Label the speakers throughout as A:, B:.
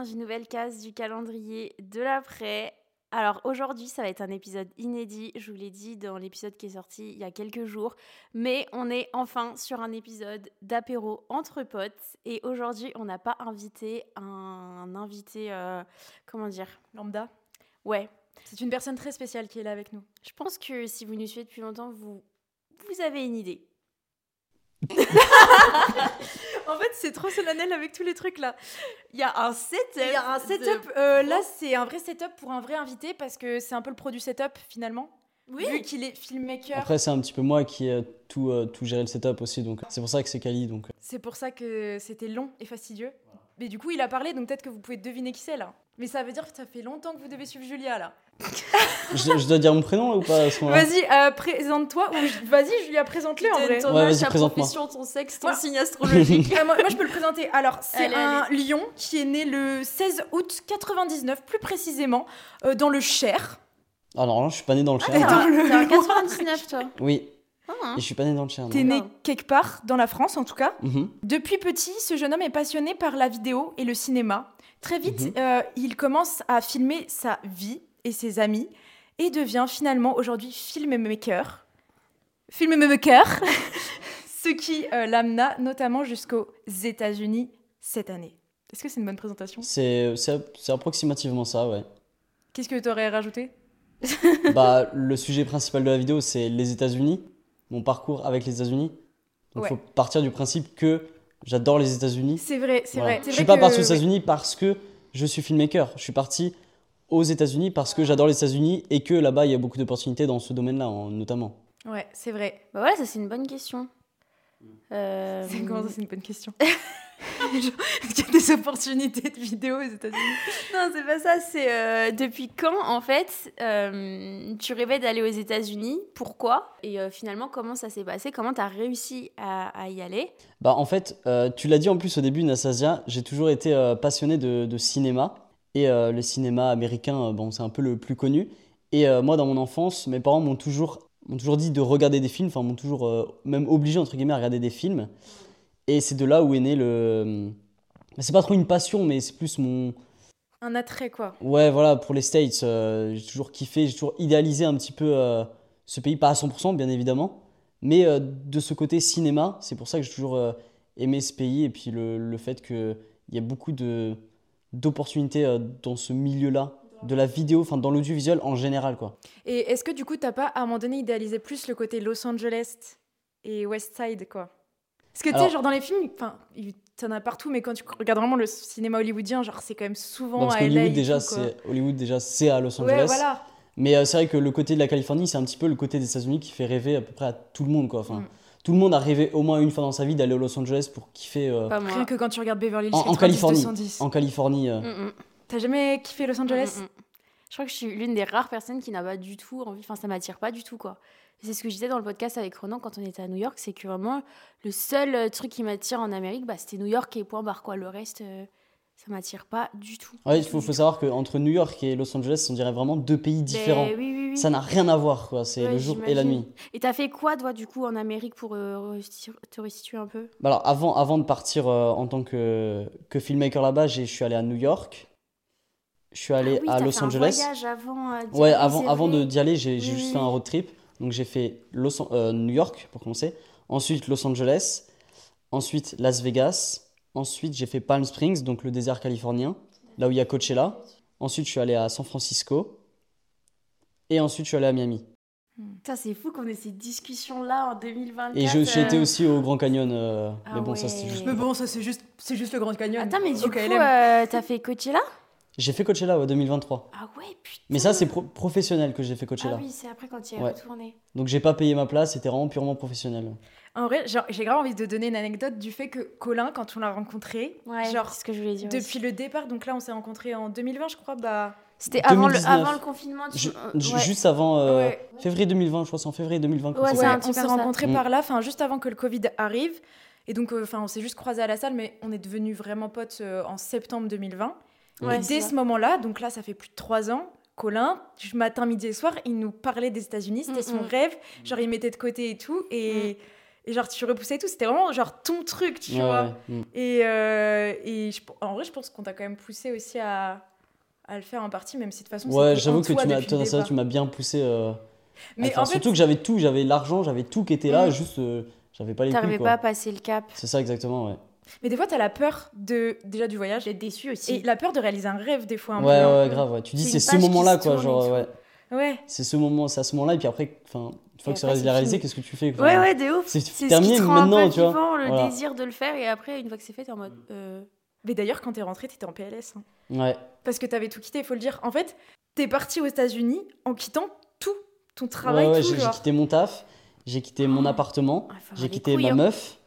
A: une nouvelle case du calendrier de l'après. Alors aujourd'hui, ça va être un épisode inédit, je vous l'ai dit dans l'épisode qui est sorti il y a quelques jours, mais on est enfin sur un épisode d'apéro entre potes et aujourd'hui, on n'a pas invité un invité, comment dire,
B: Lambda.
A: Ouais,
B: C'est une personne très spéciale qui est là avec nous.
A: je pense que si vous nous suivez depuis longtemps, vous avez une idée.
B: En fait, c'est trop solennel avec tous les trucs là.
A: Il y a un setup.
B: Il y a un setup. Là, c'est un vrai setup pour un vrai invité parce que c'est un peu le pro du setup finalement.
A: Oui.
B: Vu qu'il est filmmaker.
C: Après, c'est un petit peu moi qui ai tout géré le setup aussi, donc c'est pour ça que c'est quali. Donc.
B: C'est pour ça que c'était long et fastidieux. Mais du coup, il a parlé, donc peut-être que vous pouvez deviner qui c'est là. Mais ça veut dire que ça fait longtemps que vous devez suivre Julia là.
C: Je dois dire mon prénom là ou pas à ce moment-là?
B: Vas-y, présente-toi. Ou vas-y, Julia, présente-le en vrai.
A: Ton
C: Ouais,
A: âge,
C: vas-y,
A: ta
C: présente-moi.
A: profession, ton sexe, ton
B: Voilà.
A: signe astrologique.
B: Moi, je peux le présenter. Alors, c'est
A: Allez,
B: un lion qui est né le 16 août 99, plus précisément, dans le Cher.
C: Alors là, je suis pas né dans le Cher.
A: T'es
B: Attends,
A: un 99, toi.
C: Oui,
A: Ah.
C: et je suis pas né dans le Cher.
B: T'es
C: non.
B: né quelque part, dans la France en tout cas.
C: Mhm.
B: Depuis petit, ce jeune homme est passionné par la vidéo et le cinéma. Très vite, il commence à filmer sa vie et ses amis et devient finalement aujourd'hui filmmaker. Filmmaker, ce qui l'amena notamment jusqu'aux États-Unis cette année. Est-ce que c'est une bonne présentation ?
C: C'est approximativement ça, ouais.
B: Qu'est-ce que tu aurais rajouté ?
C: Bah, le sujet principal de la vidéo, c'est les États-Unis, mon parcours avec les États-Unis. Donc,
B: Ouais.
C: faut partir du principe que j'adore les États-Unis.
B: C'est vrai, c'est
C: Voilà.
B: vrai.
C: Je suis pas parti aux États-Unis parce que je suis filmmaker. Je suis parti aux États-Unis parce que j'adore les États-Unis et que là-bas, il y a beaucoup d'opportunités dans ce domaine-là, notamment.
B: Ouais, c'est vrai.
A: Bah voilà, ça c'est une bonne question.
B: Comment ça, c'est une bonne question. Est-ce qu'il y a des opportunités de vidéo aux États-Unis ?
A: Non, c'est pas ça, c'est depuis quand en fait tu rêvais d'aller aux États-Unis, pourquoi et finalement comment ça s'est passé, comment t'as réussi à y aller.
C: Bah, en fait, tu l'as dit en plus au début, Nastasia, j'ai toujours été passionné de cinéma. Et le cinéma américain, bon, c'est un peu le plus connu. Et moi, dans mon enfance, mes parents m'ont toujours dit de regarder des films, enfin, m'ont toujours même obligé, entre guillemets, à regarder des films. Et c'est de là où est né le... C'est pas trop une passion, mais c'est plus mon...
B: Un attrait, quoi.
C: Ouais, voilà, pour les States, j'ai toujours kiffé, j'ai toujours idéalisé un petit peu ce pays, pas à 100%, bien évidemment, mais de ce côté cinéma, c'est pour ça que j'ai toujours aimé ce pays, et puis le fait qu'il y a beaucoup d'opportunités dans ce milieu-là, de la vidéo, enfin dans l'audiovisuel en général, quoi.
B: Et est-ce que du coup, t'as pas, à un moment donné, idéalisé plus le côté Los Angeles et West Side, quoi ? Parce que tu sais,
C: Alors-
B: genre dans les films, enfin, t'en as partout, mais quand tu regardes vraiment le cinéma hollywoodien, genre c'est quand même souvent
C: Non, parce
B: à
C: que
B: LA
C: Hollywood, déjà, c'est à Los Angeles.
B: Ouais, voilà.
C: Mais c'est vrai que le côté de la Californie, c'est un petit peu le côté des États-Unis qui fait rêver à peu près à tout le monde, quoi. Enfin, tout le monde a rêvé au moins une fois dans sa vie d'aller à Los Angeles pour kiffer
A: Pas moi.
B: Rien que quand tu regardes Beverly Hills
C: en
B: 90,
C: Californie.
B: 210.
C: En Californie.
B: T'as jamais kiffé Los Angeles ?
A: Je crois que je suis l'une des rares personnes qui n'a pas du tout envie, enfin ça m'attire pas du tout quoi. Et c'est ce que je disais dans le podcast avec Ronan quand on était à New York, c'est que vraiment le seul truc qui m'attire en Amérique, bah, c'était New York et point barre quoi. Le reste, ça m'attire pas du tout.
C: Ouais, il faut savoir qu'entre New York et Los Angeles, on dirait vraiment deux pays différents.
A: Oui.
C: Ça n'a rien à voir, quoi. C'est
A: Ouais,
C: le jour et la
A: j'imagine.
C: nuit.
A: Et t'as fait quoi toi du coup en Amérique pour te restituer un peu?
C: Bah alors, avant de partir en tant que filmmaker là-bas, je suis allé à New York. Je suis allé
A: Oui,
C: à
A: t'as
C: Los
A: fait un
C: Angeles.
A: voyage avant d'y
C: Ouais,
A: aller, c'est
C: avant
A: vrai.
C: d'y aller, j'ai
A: Oui,
C: juste
A: oui.
C: fait un road trip. Donc j'ai fait New York pour commencer. Ensuite Los Angeles. Ensuite Las Vegas. Ensuite j'ai fait Palm Springs, donc le désert californien, là où il y a Coachella. Ensuite je suis allé à San Francisco. Et ensuite je suis allé à Miami.
A: Ça c'est fou qu'on ait ces discussions là en 2024.
C: Et j'ai été aussi au Grand Canyon. Mais bon,
A: ouais.
C: ça c'était juste.
B: Mais bon, ça c'est juste le Grand Canyon.
A: Attends, mais du
B: Ok,
A: coup,
B: LM.
A: t'as fait Coachella?
C: J'ai fait Coachella, ouais, 2023.
A: Ah ouais, putain.
C: Mais ça c'est professionnel que j'ai fait Coachella.
A: Ah oui, c'est après quand tu y es
C: Ouais.
A: retourné.
C: Donc j'ai pas payé ma place, c'était vraiment purement professionnel.
B: En vrai, genre, j'ai grave envie de donner une anecdote du fait que Colin, quand on l'a rencontré,
A: Ouais,
B: genre
A: c'est ce que je voulais dire.
B: depuis le départ, donc là on s'est rencontrés en 2020, je crois, bah.
A: C'était avant
C: 2019.
A: le confinement. Ouais.
C: Juste avant
B: Ouais.
C: février 2020, je crois, c'est en février 2020 qu'on
A: Ouais,
C: s'est
A: c'est
B: Ouais,
A: un
C: fait.
A: petit
B: on
A: peu
B: s'est
A: ça.
B: rencontrés par là, enfin juste avant que le Covid arrive. Et donc, on s'est juste croisés à la salle, mais on est devenus vraiment potes en septembre 2020.
A: Ouais,
B: et
A: c'est
B: dès
A: ça.
B: ce moment-là, donc là, ça fait plus de 3 ans, Colin, du matin, midi et soir, il nous parlait des États-Unis, c'était son rêve. Genre, il mettait de côté et tout. Et Et genre, tu repoussais et tout. C'était vraiment genre ton truc, tu vois. Et en vrai, je pense qu'on t'a quand même poussé aussi à le faire en partie, même si de toute façon,
C: Ouais,
B: c'était
C: j'avoue
B: en
C: que
B: toi
C: tu m'as,
B: depuis le
C: toi, ça,
B: départ.
C: tu m'as bien poussé.
B: Mais en fait,
C: surtout que j'avais tout, j'avais l'argent, j'avais tout qui était là,
B: Mm.
C: juste j'avais pas les couilles,
A: T'arrivais
C: quoi.
A: pas à passer le cap.
C: C'est ça, exactement, ouais.
B: mais des fois, t'as la peur déjà du voyage
A: D'être déçu aussi.
B: et la peur de réaliser un rêve, des fois, un peu.
C: Ouais,
B: hein.
C: ouais, grave, ouais. Tu dis,
A: C'est
C: c'est
A: une
C: ce
A: page qui
C: moment-là,
A: se
C: quoi,
A: tourne
C: genre,
A: et
C: ouais.
B: Ouais.
C: C'est ce moment, c'est à ce moment-là, et puis après, une fois que c'est
A: après, c'est
C: réalisé,
A: fini.
C: qu'est-ce que tu fais?
A: Ouais, ouais, de ouf.
C: C'est
A: C'est
C: terminé
A: ce qui te rend
C: maintenant,
A: un peu
C: tu vois.
A: vivant, le
C: Voilà.
A: désir de le faire, et après, une fois que c'est fait, t'es en mode.
B: Mais d'ailleurs, quand t'es rentrée, t'étais en PLS. hein.
C: Ouais.
B: Parce que t'avais tout quitté, il faut le dire. En fait, t'es partie aux États-Unis en quittant tout. Ton travail,
C: Ouais,
B: tout,
C: j'ai
B: genre.
C: quitté mon taf, j'ai quitté mon appartement,
A: Ah, faut avoir
C: j'ai
A: des
C: quitté
A: couilles,
C: ma
A: hein.
C: meuf,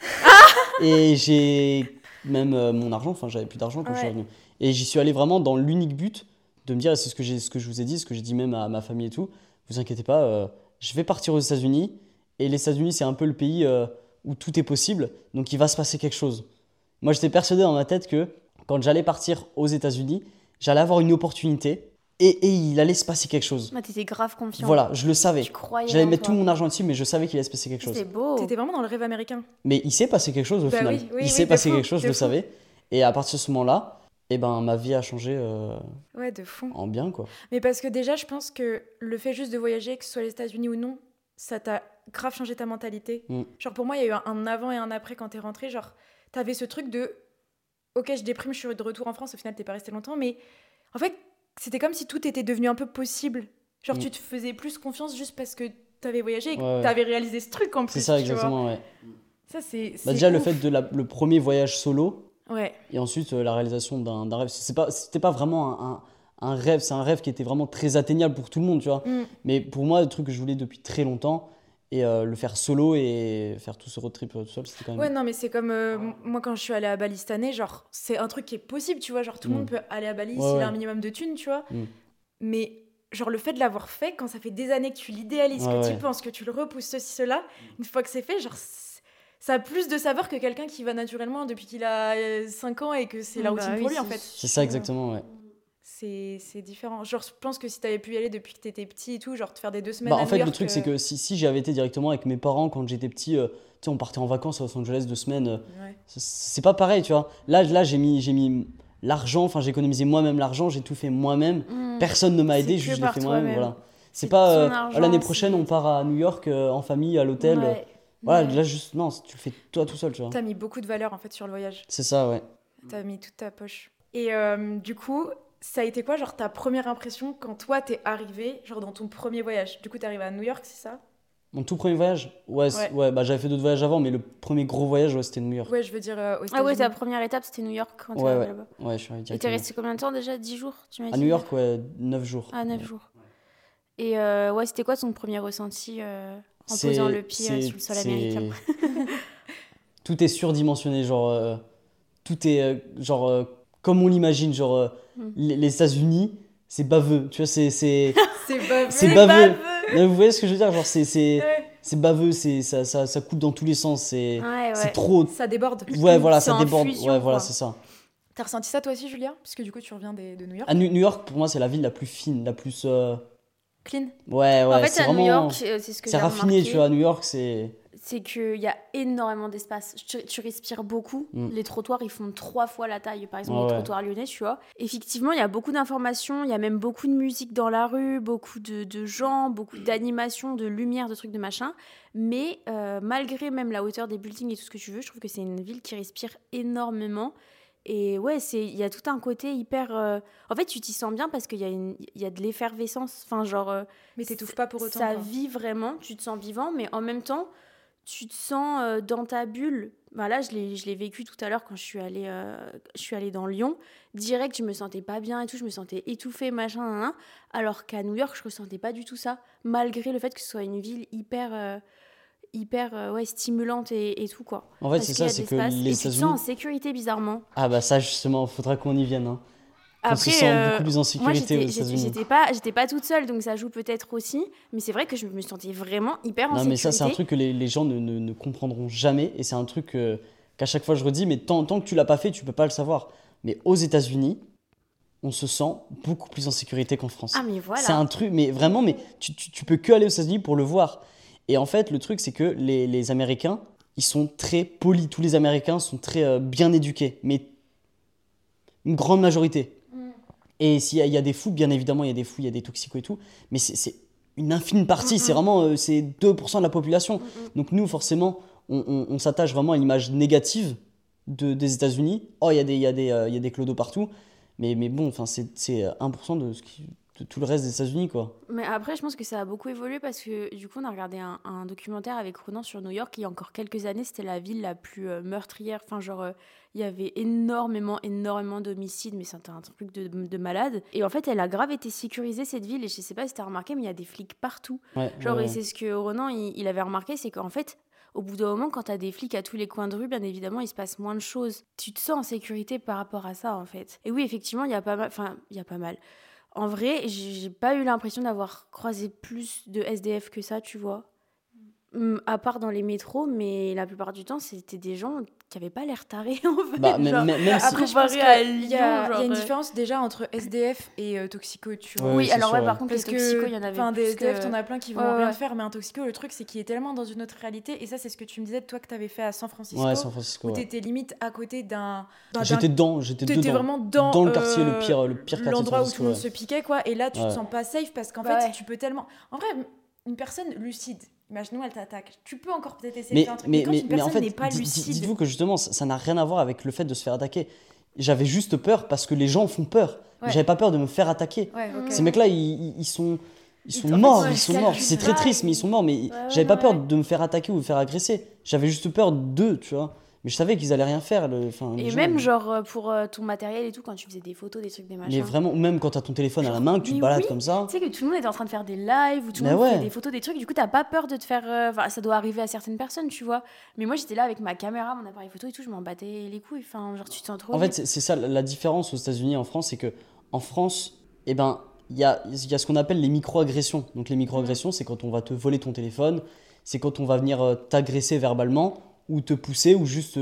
C: et j'ai même mon argent, enfin j'avais plus d'argent quand je suis
B: Ouais.
C: revenu. Et j'y suis allé vraiment dans l'unique but de me dire, et c'est ce que je vous ai dit, ce que j'ai dit même à ma famille et tout, vous inquiétez pas, je vais partir aux États-Unis, et les États-Unis c'est un peu le pays où tout est possible, donc il va se passer quelque chose. Moi j'étais persuadé dans ma tête que quand j'allais partir aux États-Unis, j'allais avoir une opportunité, et il allait se passer quelque chose.
A: Ah, t'étais grave confiant.
C: Voilà, je le savais.
A: Tu croyais
C: J'allais
A: en
C: mettre
A: toi.
C: tout mon argent dessus, mais je savais qu'il allait se passer quelque chose.
A: C'est beau.
B: T'étais vraiment dans le rêve américain.
C: Mais il s'est passé quelque chose au
B: Bah
C: final.
B: oui, oui,
C: Il
B: oui,
C: s'est
B: de
C: passé
B: fou,
C: quelque chose, je
B: de
C: le
B: fou.
C: savais. Et à partir de ce moment-là, eh ben, ma vie a changé
B: Ouais, de fou.
C: en bien, quoi.
B: Mais parce que déjà, je pense que le fait juste de voyager, que ce soit les États-Unis ou non, ça t'a grave changé ta mentalité.
C: Mm.
B: Genre, pour moi, il y a eu un avant et un après quand t'es rentrée. Genre, t'avais ce truc de ok, je déprime, je suis de retour en France. Au final, t'es pas resté longtemps. Mais en fait, c'était comme si tout était devenu un peu possible. Genre,
C: Mm.
B: tu te faisais plus confiance juste parce que t'avais voyagé et que
C: Ouais, ouais.
B: t'avais réalisé ce truc en plus.
C: C'est ça,
B: tu vois.
C: exactement, ouais.
B: Ça, c'est.
C: Bah,
B: c'est
C: déjà, le
B: ouf.
C: fait de le premier voyage solo,
B: Ouais.
C: et ensuite la réalisation d'un rêve. C'était pas vraiment un rêve, c'est un rêve qui était vraiment très atteignable pour tout le monde, tu vois.
B: Mm.
C: Mais pour moi, le truc que je voulais depuis très longtemps, et le faire solo et faire tout ce road trip tout seul, c'était quand même...
B: Ouais, non, mais c'est comme moi quand je suis allée à Bali cette année, genre, c'est un truc qui est possible, tu vois. Genre, tout le monde peut aller à Bali
C: Ouais,
B: s'il
C: ouais.
B: a un minimum de thunes, tu vois.
C: Mm.
B: Mais, genre, le fait de l'avoir fait, quand ça fait des années que tu l'idéalises,
C: Ouais,
B: que tu
C: ouais.
B: y penses, que tu le repousses, ceci, cela, une fois que c'est fait, genre, ça a plus de saveur que quelqu'un qui va naturellement depuis qu'il a 5 ans et que c'est la
A: Bah
B: routine
A: oui,
B: pour lui, en
A: c'est
B: fait.
C: C'est ça, exactement, ouais.
B: C'est différent. Genre, je pense que si t'avais pu y aller depuis que t'étais petit et tout, genre, te faire des 2 semaines
C: Bah,
B: à
C: en
B: New
C: fait,
B: York,
C: le truc, c'est que si j'y avais été directement avec mes parents quand j'étais petit, tu sais, on partait en vacances à Los Angeles 2 semaines,
B: Ouais.
C: c'est pas pareil, tu vois. Là j'ai mis l'argent, enfin, j'ai économisé moi-même l'argent, j'ai tout fait moi-même.
A: Mm.
C: Personne ne m'a
A: C'est
C: aidé,
A: que
C: juste je l'ai
A: par
C: fait moi-même,
A: toi-même.
C: voilà. C'est
A: C'est
C: pas
A: ton argent,
C: l'année
A: c'est-
C: prochaine, on part à New York en famille, à l'hôtel.
A: Ouais.
C: Voilà,
B: Ouais.
C: là, juste, non, tu le fais toi tout seul, tu vois.
B: T'as mis beaucoup de valeur, en fait, sur le voyage.
C: C'est ça, ouais.
B: T'as mis toute ta poche. Et du coup, ça a été quoi, genre, ta première impression quand toi, t'es arrivé, genre, dans ton premier voyage? Du coup, t'es arrivé à New York, c'est ça?
C: Mon tout premier voyage, ouais, bah, j'avais fait d'autres voyages avant, mais le premier gros voyage, ouais, c'était New York.
B: Ouais, je veux dire aux
A: Ah ouais,
B: États-Unis.
A: ta première étape, c'était New York quand t'es
C: Ouais,
A: arrivé
C: ouais.
A: là-bas.
C: Ouais, je suis arrivé
A: Et t'es
C: directement.
A: resté combien de temps déjà? 10 jours, tu m'as dit?
C: À New York, ouais, 9 jours.
A: Ah, 9 jours. Et ouais, c'était quoi ton premier ressenti en
C: C'est-
A: posant le pied
C: c'est-
A: sur le sol
C: c'est-
A: américain?
C: Tout est surdimensionné, genre tout est comme on l'imagine, genre les États-Unis, c'est baveux, tu vois, c'est
B: C'est baveux.
C: c'est baveux. Non, vous voyez ce que je veux dire, genre
B: Ouais.
C: c'est baveux, ça coupe dans tous les sens, c'est
A: Ouais,
C: c'est
A: ouais.
C: trop.
B: Ça déborde.
C: Ouais, voilà,
A: C'est
C: ça
A: en
C: déborde.
A: fusion,
C: Ouais, voilà,
A: quoi.
C: c'est ça.
B: T'as ressenti ça toi aussi, Julia? Parce que du coup, tu reviens de New York.
C: À New York, pour moi, c'est la ville la plus fine, la plus
B: Clean.
C: ouais,
A: En fait,
C: c'est
A: à New
C: vraiment
A: York, c'est ce que
C: c'est
A: j'ai
C: raffiné,
A: remarqué,
C: tu vois, à New York, c'est
A: c'est qu'il y a énormément d'espace. Tu respires beaucoup.
C: Mm.
A: Les trottoirs, ils font 3 fois la taille, par exemple,
C: Ouais,
A: les
C: ouais.
A: trottoirs lyonnais, tu vois. Effectivement, il y a beaucoup d'informations, il y a même beaucoup de musique dans la rue, beaucoup de gens, beaucoup d'animations, de lumière, de trucs, de machin. Mais malgré même la hauteur des buildings et tout ce que tu veux, je trouve que c'est une ville qui respire énormément. Et ouais, il y a tout un côté hyper... En fait, tu t'y sens bien parce qu'il y a de l'effervescence. Enfin, genre...
B: Mais t'étouffes pas pour autant.
A: Ça
B: quoi.
A: vit vraiment, tu te sens vivant, mais en même temps, tu te sens dans ta bulle. Ben là, je l'ai vécu tout à l'heure quand je suis allée dans Lyon. Direct, je me sentais pas bien et tout, je me sentais étouffée, machin, nan, nan. Alors qu'à New York, je ressentais pas du tout ça, malgré le fait que ce soit une ville hyper ouais, stimulante et tout, quoi.
C: en fait,
A: Parce
C: c'est
A: qu'il y
C: ça,
A: a
C: c'est
A: de
C: que
A: l'espace,
C: les
A: et tu te sens
C: États-Unis.
A: en sécurité, bizarrement.
C: Ah bah ça justement, faudra qu'on y vienne. Hein. On se
A: Après,
C: sent beaucoup plus en
A: moi,
C: sécurité aux États-Unis.
A: j'étais pas toute seule, donc ça joue peut-être aussi. Mais c'est vrai que je me sentais vraiment hyper en
C: Non, mais ça,
A: sécurité.
C: c'est un truc que les gens ne comprendront jamais. Et c'est un truc qu'à chaque fois je redis, mais tant que tu l'as pas fait, tu peux pas le savoir. Mais aux États-Unis, on se sent beaucoup plus en sécurité qu'en France.
A: Ah, mais voilà.
C: C'est un truc, mais vraiment, mais tu peux que aller aux États-Unis pour le voir. Et en fait, le truc, c'est que les Américains, ils sont très polis. Tous les Américains sont très bien éduqués, mais une grande majorité. Et s'il y a des fous, bien évidemment, il y a des fous, il y a des toxicos et tout, mais c'est une infime partie, c'est vraiment c'est 2% de la population. Donc nous, forcément, on s'attache vraiment à l'image négative des États-Unis. Oh, il y a des clodos partout, mais bon, enfin, c'est 1% de tout le reste des États-Unis, quoi.
A: Mais après, je pense que ça a beaucoup évolué parce que du coup, on a regardé un documentaire avec Ronan sur New York. Il y a encore quelques années, c'était la ville la plus meurtrière. Enfin, genre, il y avait énormément d'homicides, mais c'était un truc de malade. Et en fait, elle a grave été sécurisée, cette ville. Et je sais pas si t'as remarqué, mais il y a des flics partout.
C: Ouais,
A: Genre,
C: ouais,
A: et
C: ouais.
A: c'est ce que Ronan, il avait remarqué, c'est qu'en fait, au bout d'un moment, quand t'as des flics à tous les coins de rue, bien évidemment, il se passe moins de choses. Tu te sens en sécurité par rapport à ça, en fait. Et oui, effectivement, il y a pas mal. Enfin, il y a pas mal. En vrai, j'ai pas eu l'impression d'avoir croisé plus de SDF que ça, tu vois. À part dans les métros, mais la plupart du temps, c'était des gens qui avaient pas l'air tarés, en fait.
C: Bah,
A: genre,
C: même si...
B: Après, je pense
A: comparé à
B: qu'il y a
A: Lyon,
B: une
A: genre,
B: différence déjà entre SDF et toxico, tu vois.
C: Ouais,
A: Oui,
C: c'est
A: alors
C: sûr,
A: ouais,
C: ouais.
A: par contre,
B: Parce
A: les toxicos,
B: que
A: il y en avait
B: des
A: plus
B: SDF,
A: que...
B: t'en as plein qui vont
A: Ouais,
B: rien
A: ouais.
B: te faire, mais un toxico, le truc, c'est qu'il est tellement dans une autre réalité. Et ça, c'est ce que tu me disais, toi, que t'avais fait à San Francisco,
C: Ouais, San Francisco,
B: où
C: ouais.
B: t'étais limite à côté d'un...
C: J'étais dedans,
B: T'étais
C: dedans.
B: vraiment
C: Dans le quartier, le pire quartier de San
B: l'endroit où tout
C: Francisco,
B: le monde
C: ouais.
B: se piquait, quoi. Et là, tu te
C: Ouais.
B: sens pas safe parce qu'en
A: Bah
B: fait,
A: ouais.
B: tu peux tellement... En vrai, une personne lucide, imaginons, elle t'attaque. Tu peux encore peut-être essayer de faire un truc. Mais quand une
C: en
B: personne
C: fait,
B: n'est pas lucide...
C: dites-vous que justement, ça n'a rien à voir avec le fait de se faire attaquer. J'avais juste peur parce que les gens font peur.
B: Ouais.
C: J'avais pas peur de me faire attaquer.
B: Ouais, ok.
C: Ces mecs-là, ils sont
A: En fait,
C: morts,
A: ouais,
C: ils sont
A: ça
C: morts.
A: calcule
C: C'est très
A: pas,
C: triste, mais ils sont morts. Mais
A: ouais,
C: j'avais pas peur
A: ouais.
C: de me faire attaquer ou de me faire agresser. J'avais juste peur d'eux, tu vois. Mais je savais qu'ils allaient rien faire. Les
A: Et
C: gens.
A: même, genre, pour ton matériel et tout, quand tu faisais des photos, des trucs, des machins.
C: Mais vraiment, même quand t'as ton téléphone à la main, que tu te
A: Mais
C: balades
A: oui,
C: comme ça.
A: tu sais que tout le monde est en train de faire des lives ou tout le
C: Mais
A: monde fait
C: ouais.
A: des photos, des trucs. Du coup, t'as pas peur de te faire. Enfin, ça doit arriver à certaines personnes, tu vois. Mais moi, j'étais là avec ma caméra, mon appareil photo et tout, je m'en battais les couilles. Enfin, genre, tu te sens trop
C: En fait,
A: libre.
C: c'est ça la différence aux États-Unis et en France, c'est que en France, eh ben, il y a ce qu'on appelle les micro-agressions. Donc les micro-agressions, c'est quand on va te voler ton téléphone, c'est quand on va venir t'agresser verbalement ou te pousser ou juste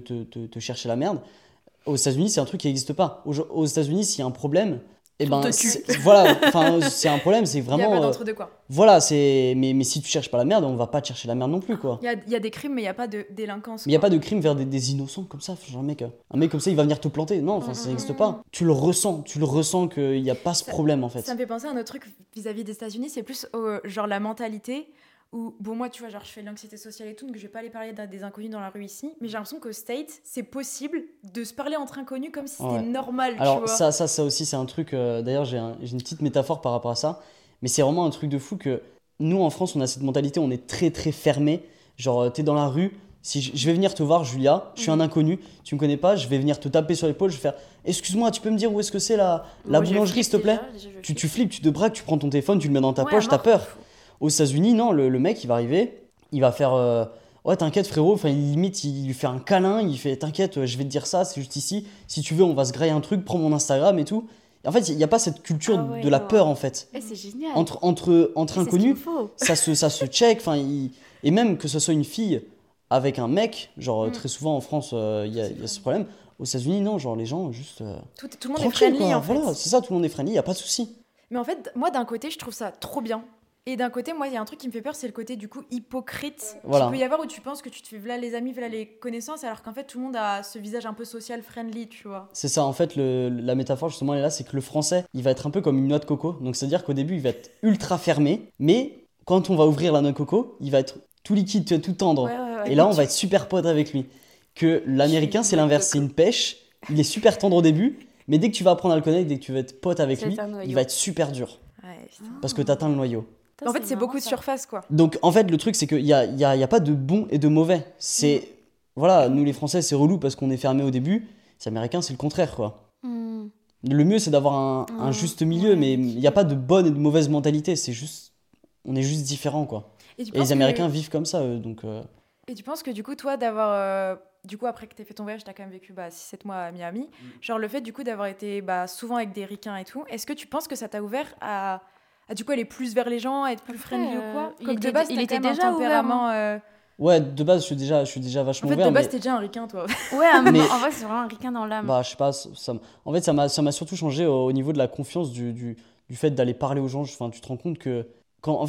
C: te chercher la merde. Aux États-Unis, c'est un truc qui n'existe pas. Aux États-Unis, s'il y a un problème, eh ben,
B: te tue.
C: voilà, enfin, c'est un problème, c'est
B: Il y a
C: vraiment.
B: pas d'entre-deux, quoi.
C: Voilà, mais si tu cherches pas la merde, on va pas te chercher la merde non plus, quoi.
B: Il y a des crimes, mais il n'y a pas de délinquance.
C: Mais il n'y a pas de crime vers des innocents comme ça. Genre, un mec comme ça, il va venir te planter. Non, enfin, ça n'existe pas. Tu le ressens qu'il n'y a pas ce problème, en fait.
B: Ça me fait penser à un autre truc vis-à-vis des États-Unis, c'est plus genre la mentalité où, bon, moi, tu vois, genre, je fais de l'anxiété sociale et tout, donc je vais pas aller parler des inconnus dans la rue ici, mais j'ai l'impression qu'au States, c'est possible de se parler entre inconnus comme si c'était
C: Ouais.
B: normal, tu
C: Alors,
B: vois.
C: ça aussi, c'est un truc. D'ailleurs, j'ai une petite métaphore par rapport à ça. Mais c'est vraiment un truc de fou que nous, en France, on a cette mentalité, on est très, très fermé. Genre, t'es dans la rue. Si je vais venir te voir, Julia, je suis un inconnu, tu me connais pas, je vais venir te taper sur l'épaule, je vais faire excuse-moi, tu peux me dire où est-ce que c'est la
A: Moi, je
C: boulangerie,
A: flippe
C: s'il te plaît?
A: déjà, je
C: Tu
A: flippe.
C: flippes, tu te braques, tu prends ton téléphone, tu le mets dans ta
A: Ouais,
C: poche,
A: à
C: t'as
A: mort.
C: peur. Aux États-Unis, non, le mec, il va arriver, il va faire ouais, t'inquiète, frérot, enfin, limite, il lui fait un câlin, il fait t'inquiète, je vais te dire ça, c'est juste ici, si tu veux, on va se grailler un truc, prends mon Instagram et tout. Et en fait, il n'y a pas cette culture
A: Ah ouais,
C: de la
A: non.
C: peur, en fait.
A: Eh, c'est génial.
C: Entre
A: C'est ce qu'il me
C: inconnus,
A: faut.
C: ça se check, enfin, et même que ce soit une fille avec un mec, genre très souvent en France, il y a ce problème. Aux États-Unis, non, genre les gens juste
B: Tout le monde est
C: tranquille,
B: friendly,
C: quoi.
B: en fait.
C: Voilà, c'est ça, tout le monde est friendly, il y a pas de souci.
B: Mais en fait, moi, d'un côté, je trouve ça trop bien. Et d'un côté, moi, il y a un truc qui me fait peur, c'est le côté, du coup, hypocrite
C: Voilà.
B: qu'il peut y avoir où tu penses que tu te fais voilà les amis, voilà les connaissances, alors qu'en fait, tout le monde a ce visage un peu social friendly, tu vois.
C: C'est ça, en fait, la métaphore justement, elle est là, c'est que le français, il va être un peu comme une noix de coco. Donc, c'est-à-dire qu'au début, il va être ultra fermé, mais quand on va ouvrir la noix de coco, il va être tout liquide, tu vois, tout tendre.
A: Ouais, ouais, ouais.
C: Et là, on va être super pote avec lui. Que l'américain, c'est l'inverse, c'est une pêche. Il est super tendre au début, mais dès que tu vas apprendre à le connaître, dès que tu vas être pote avec
A: C'est
C: lui,
A: un noyau.
C: il va être super dur
B: Ouais, putain.
C: parce que tu atteins le noyau.
A: Putain,
B: En fait, c'est
A: marrant,
B: beaucoup de
A: ça.
B: surface, quoi.
C: Donc, en fait, le truc, c'est qu'il y a pas de bon et de mauvais. C'est. Voilà, nous les Français, c'est relou parce qu'on est fermé au début. Les Américains, c'est le contraire, quoi.
A: Hmm.
C: Le mieux, c'est d'avoir un juste milieu,
A: ouais.
C: mais il n'y a pas de bonne et de mauvaise mentalité. C'est juste. On est juste différents, quoi.
B: Et tu
C: Et
B: penses
C: les Américains vivent comme ça, eux. Donc.
B: Et tu penses que du coup, toi, d'avoir... du coup, après que tu aies fait ton voyage, tu as quand même vécu 6-7 mois à Miami. Genre le fait, du coup, d'avoir été souvent avec des ricains et tout, est-ce que tu penses que ça t'a ouvert à du coup, aller plus vers les gens, à être plus
A: Après,
B: friendly ou quoi?
A: il
B: Comme de
A: était-
B: base,
A: il
B: t'as
A: était
B: quand même
A: déjà
B: un
A: ouvert,
B: tempérament...
C: Ouais, de base, je suis déjà
B: En
C: vachement
B: fait,
C: ouvert.
B: de base,
C: mais...
B: t'es déjà un ricain, toi.
A: Ouais,
C: Mais-
A: en vrai, c'est vraiment un ricain dans l'âme.
C: Bah, je sais pas, en fait, ça m'a surtout changé au niveau de la confiance du fait d'aller parler aux gens. Enfin, tu te rends compte que, en fait,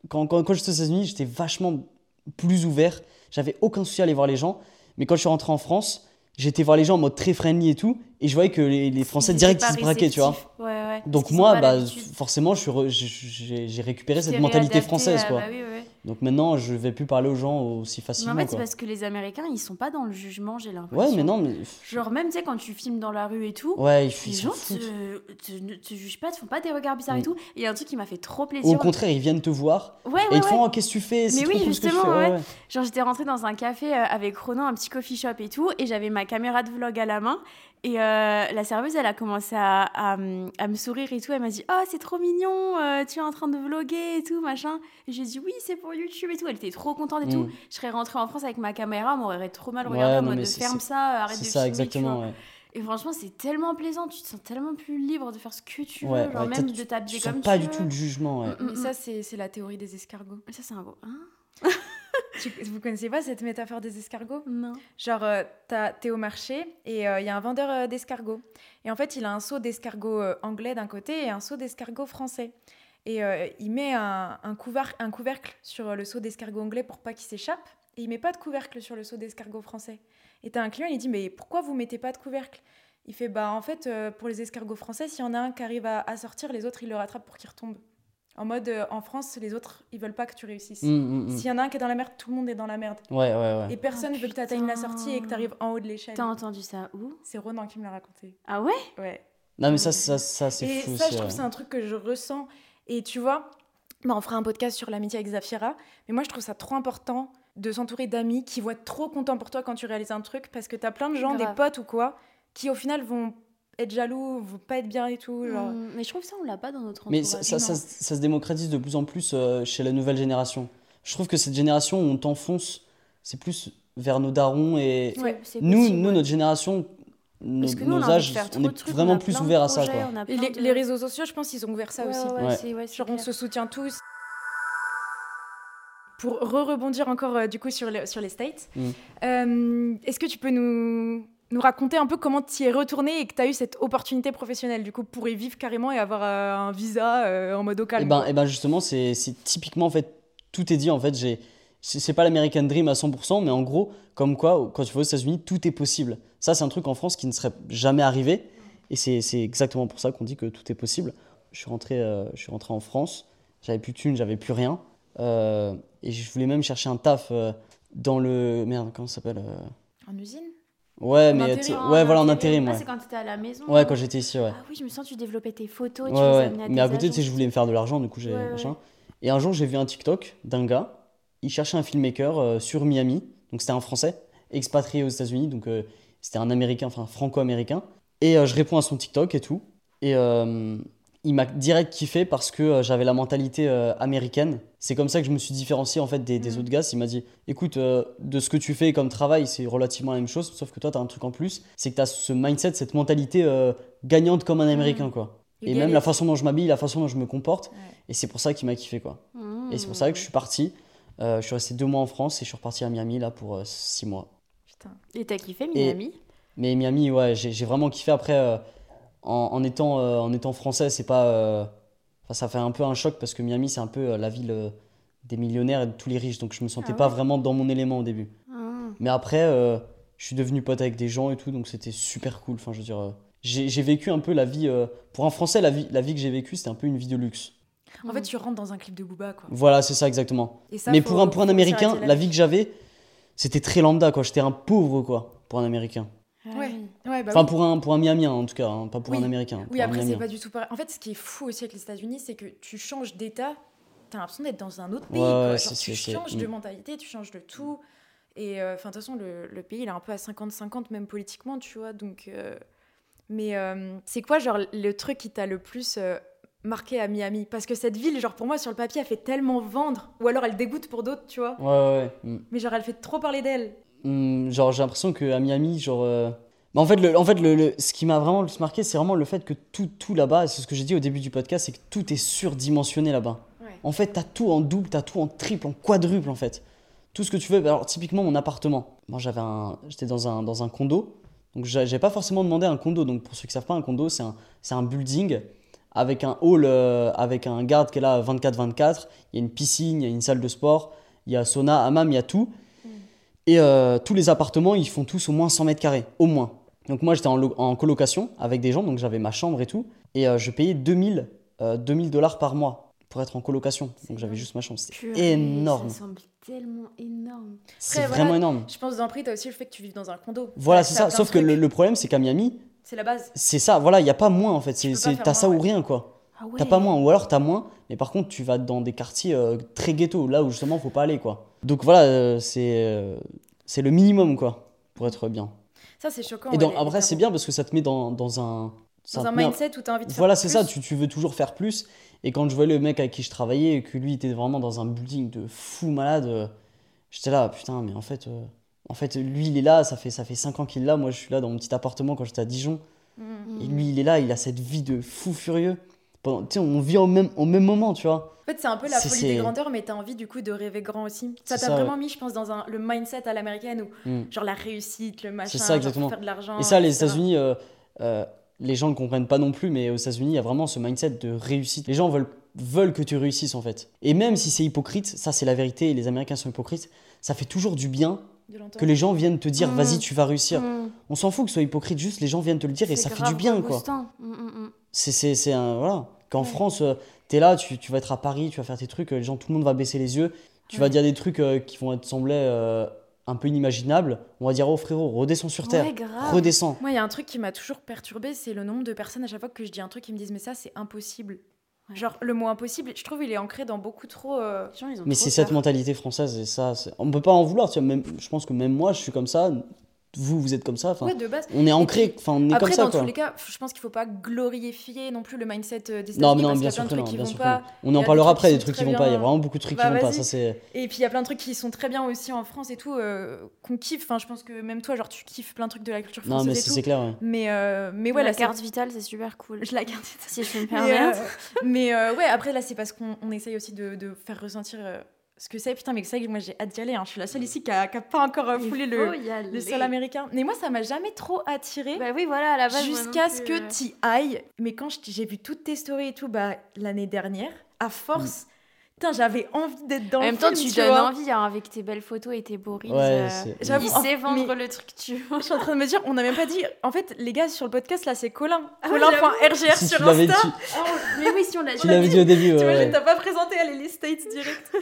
C: quand j'étais aux États-Unis, j'étais vachement plus ouvert. J'avais aucun souci à aller voir les gens. Mais quand je suis rentré en France, j'étais voir les gens en mode très friendly et tout. Et je voyais que les Français, direct, ils se braquaient, tu vois.
A: Ouais.
C: Donc
A: Parce
C: moi,
A: qu'ils ont pas l'habitude.
C: forcément, j'ai récupéré
A: Tu
C: cette
A: t'es
C: mentalité
A: réadapté
C: française,
A: à-
C: quoi.
A: bah oui, ouais.
C: Donc maintenant, je vais plus parler aux gens aussi
A: Mais
C: facilement,
A: en fait, c'est
C: quoi.
A: parce que les Américains, ils sont pas dans le jugement, j'ai l'impression.
C: Ouais, mais non, mais...
A: Genre, même, tu sais, quand tu filmes dans la rue et tout,
C: Ouais,
A: les
C: ils s'en
A: gens
C: foutent.
A: ne te jugent pas, te font pas des regards bizarres et
C: Mm.
A: tout. Et il y a un truc qui m'a fait trop
C: Au
A: plaisir.
C: contraire, ils viennent te voir
A: Ouais,
C: et ils te font « Oh, qu'est-ce que tu fais? C'est
A: Mais
C: trop
A: oui,
C: cool ce que tu fais.
A: justement, ouais.
C: Ouais.
A: Genre, j'étais rentrée dans un café avec Ronan, un petit coffee shop et tout, et j'avais ma caméra de vlog à la main. Et la serveuse, elle a commencé à me sourire et tout. Elle m'a dit « Oh, c'est trop mignon, tu es en train de vlogger et tout, machin. » Et j'ai dit « Oui, c'est pour YouTube et tout. » Elle était trop contente et tout.
C: Mm.
A: Je serais rentrée en France avec ma caméra, on m'aurait trop mal
C: Ouais,
A: regardé en
C: non,
A: mode
C: mais
A: de ferme ça, arrête
C: C'est
A: de
C: ça,
A: filmer, tu
C: exactement,
A: vois.
C: ouais.
A: Et franchement, c'est tellement plaisant, tu te sens tellement plus libre de faire ce que tu veux,
C: Ouais,
A: genre
C: ouais,
A: même
C: tu
A: de t'habiller
C: sens
A: comme
C: pas
A: tu
C: du
A: veux.
C: tout le jugement, ouais.
B: Mais ça, c'est la théorie des escargots.
A: Ça, c'est un beau. Hein?
B: Vous connaissez pas cette métaphore des escargots?
A: Non.
B: Genre, t'es au marché et il y a un vendeur d'escargots. Et en fait, il a un seau d'escargots anglais d'un côté et un seau d'escargots français. Et il met un couvercle sur le seau d'escargots anglais pour pas qu'il s'échappe. Et il met pas de couvercle sur le seau d'escargots français. Et t'as un client, il dit « Mais pourquoi vous mettez pas de couvercle ?» Il fait « Bah en fait, pour les escargots français, s'il y en a un qui arrive à sortir, les autres, ils le rattrapent pour qu'il retombe. » En mode, en France, les autres, ils veulent pas que tu réussisses. S'il y en a un qui est dans la merde, tout le monde est dans la merde.
C: Ouais.
B: Et personne
A: Oh,
B: veut que tu atteignes la
A: putain.
B: sortie et que tu arrives en haut de l'échelle.
A: T'as entendu ça où?
B: C'est Ronan qui me l'a raconté.
A: Ah ouais?
B: Ouais.
C: Non, mais ça c'est
B: Et
C: fou
B: ça,
C: aussi,
B: je trouve
C: ouais.
B: c'est un truc que je ressens. Et tu vois, on fera un podcast sur l'amitié avec Zafira. Mais moi, je trouve ça trop important de s'entourer d'amis qui vont être trop contents pour toi quand tu réalises un truc. Parce que tu as plein de gens,
A: Grave.
B: des potes ou quoi, qui au final vont être jaloux, vont pas être bien et tout. Genre.
A: Mais je trouve ça, on l'a pas dans notre
C: Mais
A: entourage.
C: ça se démocratise de plus en plus chez la nouvelle génération. Je trouve que cette génération où on t'enfonce, c'est plus vers nos darons et
A: Ouais, c'est
C: nous,
A: possible, ouais.
C: notre génération,
A: Parce que nous,
C: nos
A: on a envie de
C: âges,
A: faire trop
C: on
A: de
C: est
A: trucs,
C: vraiment
A: on a
C: plus
A: plein de
C: ouverts à ça,
A: projets,
C: quoi.
A: on a
B: Et
A: plein de-
B: les réseaux sociaux, je pense qu'ils ont ouvert ça aussi.
A: Ouais,
C: Ouais.
A: c'est
B: Genre, on
A: clair.
B: se soutient tous. Pour rebondir encore du coup sur les States, est-ce que tu peux nous raconter un peu comment tu y es retourné et que tu as eu cette opportunité professionnelle du coup pour y vivre carrément et avoir un visa en mode au calme?
C: Et ben justement, c'est typiquement, en fait, tout est dit, en fait, c'est pas l'American Dream à 100%, mais en gros, comme quoi, quand tu vas aux États-Unis, tout est possible. Ça, c'est un truc en France qui ne serait jamais arrivé, et c'est exactement pour ça qu'on dit que tout est possible. Je suis rentré en France, j'avais plus de thunes, j'avais plus rien, et je voulais même chercher un taf dans le... Merde, comment ça s'appelle
B: En usine?
C: Ouais,
B: En
C: mais
B: intérim.
C: ouais, voilà, en intérim,
A: Ah,
C: ouais.
A: c'est quand t'étais à la maison.
C: Ouais, quand j'étais ici, ouais.
A: Ah oui, je me sens tu développais tes photos, tu
C: Ouais,
A: les
C: ouais.
A: amenais à
C: Mais
A: des
C: à côté, tu sais,
A: agences.
C: je voulais me faire de l'argent, du coup, j'ai
A: Ouais,
C: machin.
A: ouais.
C: Et un jour, j'ai vu un TikTok d'un gars, il cherchait un filmmaker sur Miami, donc c'était un Français, expatrié aux États-Unis, donc c'était un Américain, enfin franco-américain. Et je réponds à son TikTok et tout. Et il m'a direct kiffé parce que j'avais la mentalité américaine. C'est comme ça que je me suis différencié en fait des autres gars. Il m'a dit, écoute, de ce que tu fais comme travail, c'est relativement la même chose, sauf que toi, tu as un truc en plus, c'est que tu as ce mindset, cette mentalité gagnante comme un Américain, quoi. Et même la façon dont je m'habille, la façon dont je me comporte.
B: Ouais.
C: Et c'est pour ça qu'il m'a kiffé, quoi. Et c'est pour ça que je suis parti. Je suis resté 2 mois en France et je suis reparti à Miami là pour 6 mois.
B: Putain.
A: Et t'as kiffé Miami?
C: Mais Miami, ouais, j'ai vraiment kiffé. Après, en étant français, c'est pas. Enfin, ça fait un peu un choc parce que Miami, c'est un peu la ville des millionnaires et de tous les riches. Donc je me sentais
A: Ah
C: pas
A: ouais.
C: vraiment dans mon élément au début.
A: Ah.
C: Mais après, je suis devenu pote avec des gens et tout, donc c'était super cool. Enfin, je veux dire, j'ai vécu un peu la vie. Pour un Français, la vie que j'ai vécue, c'était un peu une vie de luxe.
B: En fait, tu rentres dans un clip de Booba, quoi.
C: Voilà, c'est ça exactement.
B: Et ça,
C: Mais
B: faut-
C: pour un
B: faut
C: Américain,
B: s'arrêter là.
C: la vie que j'avais, c'était très lambda, quoi. J'étais un pauvre, quoi, pour un Américain.
A: Ah
B: Ouais.
A: oui.
B: Ouais, bah
C: Enfin,
B: oui.
C: pour un Miamien, en tout cas, hein, pas pour
B: Oui.
C: un Américain.
B: Oui,
C: pour un
B: après, c'est
C: Miamien.
B: pas du tout pareil. En fait, ce qui est fou aussi avec les États-Unis, c'est que tu changes d'état, t'as l'impression d'être dans un autre pays.
C: Ouais,
B: quoi.
C: ouais,
B: Genre, tu
C: c'est-
B: changes de mentalité, tu changes de tout. Et de toute façon, le pays, il est un peu à 50-50, même politiquement, tu vois. Donc, mais c'est quoi, genre, le truc qui t'a le plus marqué à Miami? Parce que cette ville, genre, pour moi, sur le papier, elle fait tellement vendre. Ou alors, elle dégoûte pour d'autres, tu vois.
C: Ouais.
B: Mais genre, elle fait trop parler d'elle.
C: Genre, j'ai l'impression qu'à Miami, genre. Bah, en fait, ce qui m'a vraiment le plus marqué, c'est vraiment le fait que tout là-bas, c'est ce que j'ai dit au début du podcast, c'est que tout est surdimensionné là-bas.
B: Ouais.
C: En fait, t'as tout en double, t'as tout en triple, en quadruple, en fait. Tout ce que tu veux. Alors, typiquement, mon appartement. Moi, j'étais dans un condo. Donc, j'avais pas forcément demandé un condo. Donc, pour ceux qui savent pas, un condo, c'est un building avec un hall, avec un garde qui est là 24/24. Il y a une piscine, il y a une salle de sport, il y a sauna, hammam, il y a tout. Et tous les appartements, ils font tous au moins 100 mètres carrés, au moins. Donc moi, j'étais en colocation avec des gens, donc j'avais ma chambre et tout. Et je payais 2000 $ par mois pour être en colocation. Donc j'avais juste ma chambre. C'était
A: Purée,
C: énorme.
A: Ça semble tellement énorme.
C: C'est
B: Après,
C: vraiment
B: voilà,
C: énorme.
B: Je pense dans le prix, t'as aussi le fait que tu vives dans un condo.
C: Voilà, c'est ça.
B: plein de
C: Sauf que
B: trucs.
C: le problème, c'est qu'à Miami,
B: C'est la base.
C: c'est ça. Voilà, il n'y a pas moins en fait.
B: Tu peux pas faire
C: T'as ça
B: moins,
C: ou rien, quoi.
A: Ah ouais.
C: T'as pas moins, ou alors t'as moins, mais par contre, tu vas dans des quartiers très ghetto, là où justement, faut pas aller, quoi. Donc voilà, c'est le minimum, quoi, pour être bien.
B: Ça, c'est choquant.
C: Et après, c'est bien parce que ça te met dans un...
B: Dans un mindset où t'as envie de faire
C: Voilà,
B: plus.
C: c'est ça, tu veux toujours faire plus. Et quand je voyais le mec avec qui je travaillais et que lui était vraiment dans un building de fou malade, j'étais là, putain, mais en fait, lui, il est là, ça fait 5 ans qu'il est là. Moi, je suis là dans mon petit appartement quand j'étais à Dijon. Et lui, il est là, il a cette vie de fou furieux. Tu sais, on vit au même moment, tu vois.
B: En fait, c'est un peu la
C: C'est-
B: folie
C: c'est-
B: des grandeurs, mais t'as envie du coup de rêver grand aussi. Ça
C: C'est
B: t'a
C: ça,
B: vraiment
C: ouais.
B: mis, je pense, dans le mindset à l'américaine où
C: Mm.
B: genre la réussite, le machin,
C: C'est ça,
B: genre,
C: exactement.
B: faut faire de l'argent.
C: Et ça, les
B: etc.
C: États-Unis, les gens ne le comprennent pas non plus, mais aux États-Unis, il y a vraiment ce mindset de réussite. Les gens veulent que tu réussisses, en fait. Et même si c'est hypocrite, ça, c'est la vérité, et les Américains sont hypocrites, ça fait toujours du bien
B: De l'entendre.
C: que les gens viennent te dire,
A: Mm.
C: vas-y, tu vas réussir.
A: Mm.
C: On s'en fout que ce soit hypocrite, juste les gens viennent te le dire et
A: C'est
C: ça fait
A: grave
C: du bien, quoi.
A: reboostant.
C: C'est un. Voilà. Qu'en
B: Ouais.
C: France, t'es là, tu vas être à Paris, tu vas faire tes trucs, les gens, tout le monde va baisser les yeux. Tu vas
B: Ouais.
C: dire des trucs qui vont te sembler un peu inimaginables. On va dire, oh frérot, redescends sur terre.
A: Ouais, grave.
C: Redescends.
B: Moi, il y a un truc qui m'a toujours perturbée, c'est le nombre de personnes à chaque fois que je dis un truc qui me disent mais ça c'est impossible.
A: Ouais.
B: Genre le mot impossible, je trouve il est ancré dans beaucoup trop.
A: Les gens, ils ont
C: Mais
A: trop
C: c'est cette
A: peur.
C: mentalité française et ça, on peut pas en vouloir. Tu vois, même, je pense que même moi, je suis comme ça. Vous êtes comme ça. Enfin,
B: Ouais, de base.
C: on est ancré.
B: puis,
C: Enfin, on est
B: Après,
C: comme ça,
B: dans
C: quoi.
B: tous les cas, je pense qu'il faut pas glorifier non plus le mindset des États-Unis
C: Non, mais non,
B: parce qu'il y
C: bien
B: a
C: sûr
B: plein de
C: que non,
B: trucs qui
C: bien
B: vont
C: sûr que
B: pas.
C: non. On
B: Il y
C: en
B: a
C: parlera
B: des
C: après des
B: trucs
C: trucs
B: qui
C: qui
B: sont
C: vont
B: très
C: pas. Il y a
B: bien.
C: vraiment beaucoup de trucs
B: Bah,
C: qui vont pas.
B: vas-y.
C: Ça, c'est.
B: Et puis il y a plein de trucs qui sont très bien aussi en France et tout, qu'on kiffe. Enfin, je pense que même toi, genre, tu kiffes plein de trucs de la culture
C: Non,
B: française
C: mais
B: et
C: c'est
B: tout.
C: clair, ouais.
B: Mais ouais,
A: la
B: là,
A: carte vitale, c'est super cool.
B: je la garde.
A: Si je peux me
B: Mais,
A: permettre.
B: ouais, après là, c'est parce qu'on essaye aussi de faire ressentir ce que c'est. Putain, mais c'est vrai que moi j'ai hâte d'y aller. Hein. Je suis la seule ici qui a pas encore foulé
A: Il faut
B: le
A: y aller.
B: sol américain. Mais moi, ça m'a jamais trop attiré.
A: Bah oui, voilà, à la base. moi
B: Jusqu'à
A: non
B: ce
A: plus,
B: que t'y ailles. Mais quand j'ai vu toutes tes stories et tout, bah, l'année dernière, à force, putain, j'avais envie d'être dans
A: En
B: le
A: même temps,
B: film,
A: tu
B: tu
A: donnes
B: vois.
A: envie hein, avec tes belles photos et tes beaux reels.
C: Ouais, c'est-
B: J'avoue,
A: il sait
B: mais-
A: vendre le truc que tu veux.
B: Je suis en train de me dire, on n'a même pas dit. En fait, les gars, sur le podcast, là, c'est Colin.
A: Ah,
B: Colin.rgr
C: Si
B: sur
C: tu l'avais
B: Insta.
C: dit,
A: Mais oui, si on l'a
C: tu l'avais dit au début.
B: Tu
C: ouais,
B: vois,
C: ouais.
B: je t'ai pas présenté, elle est les States direct.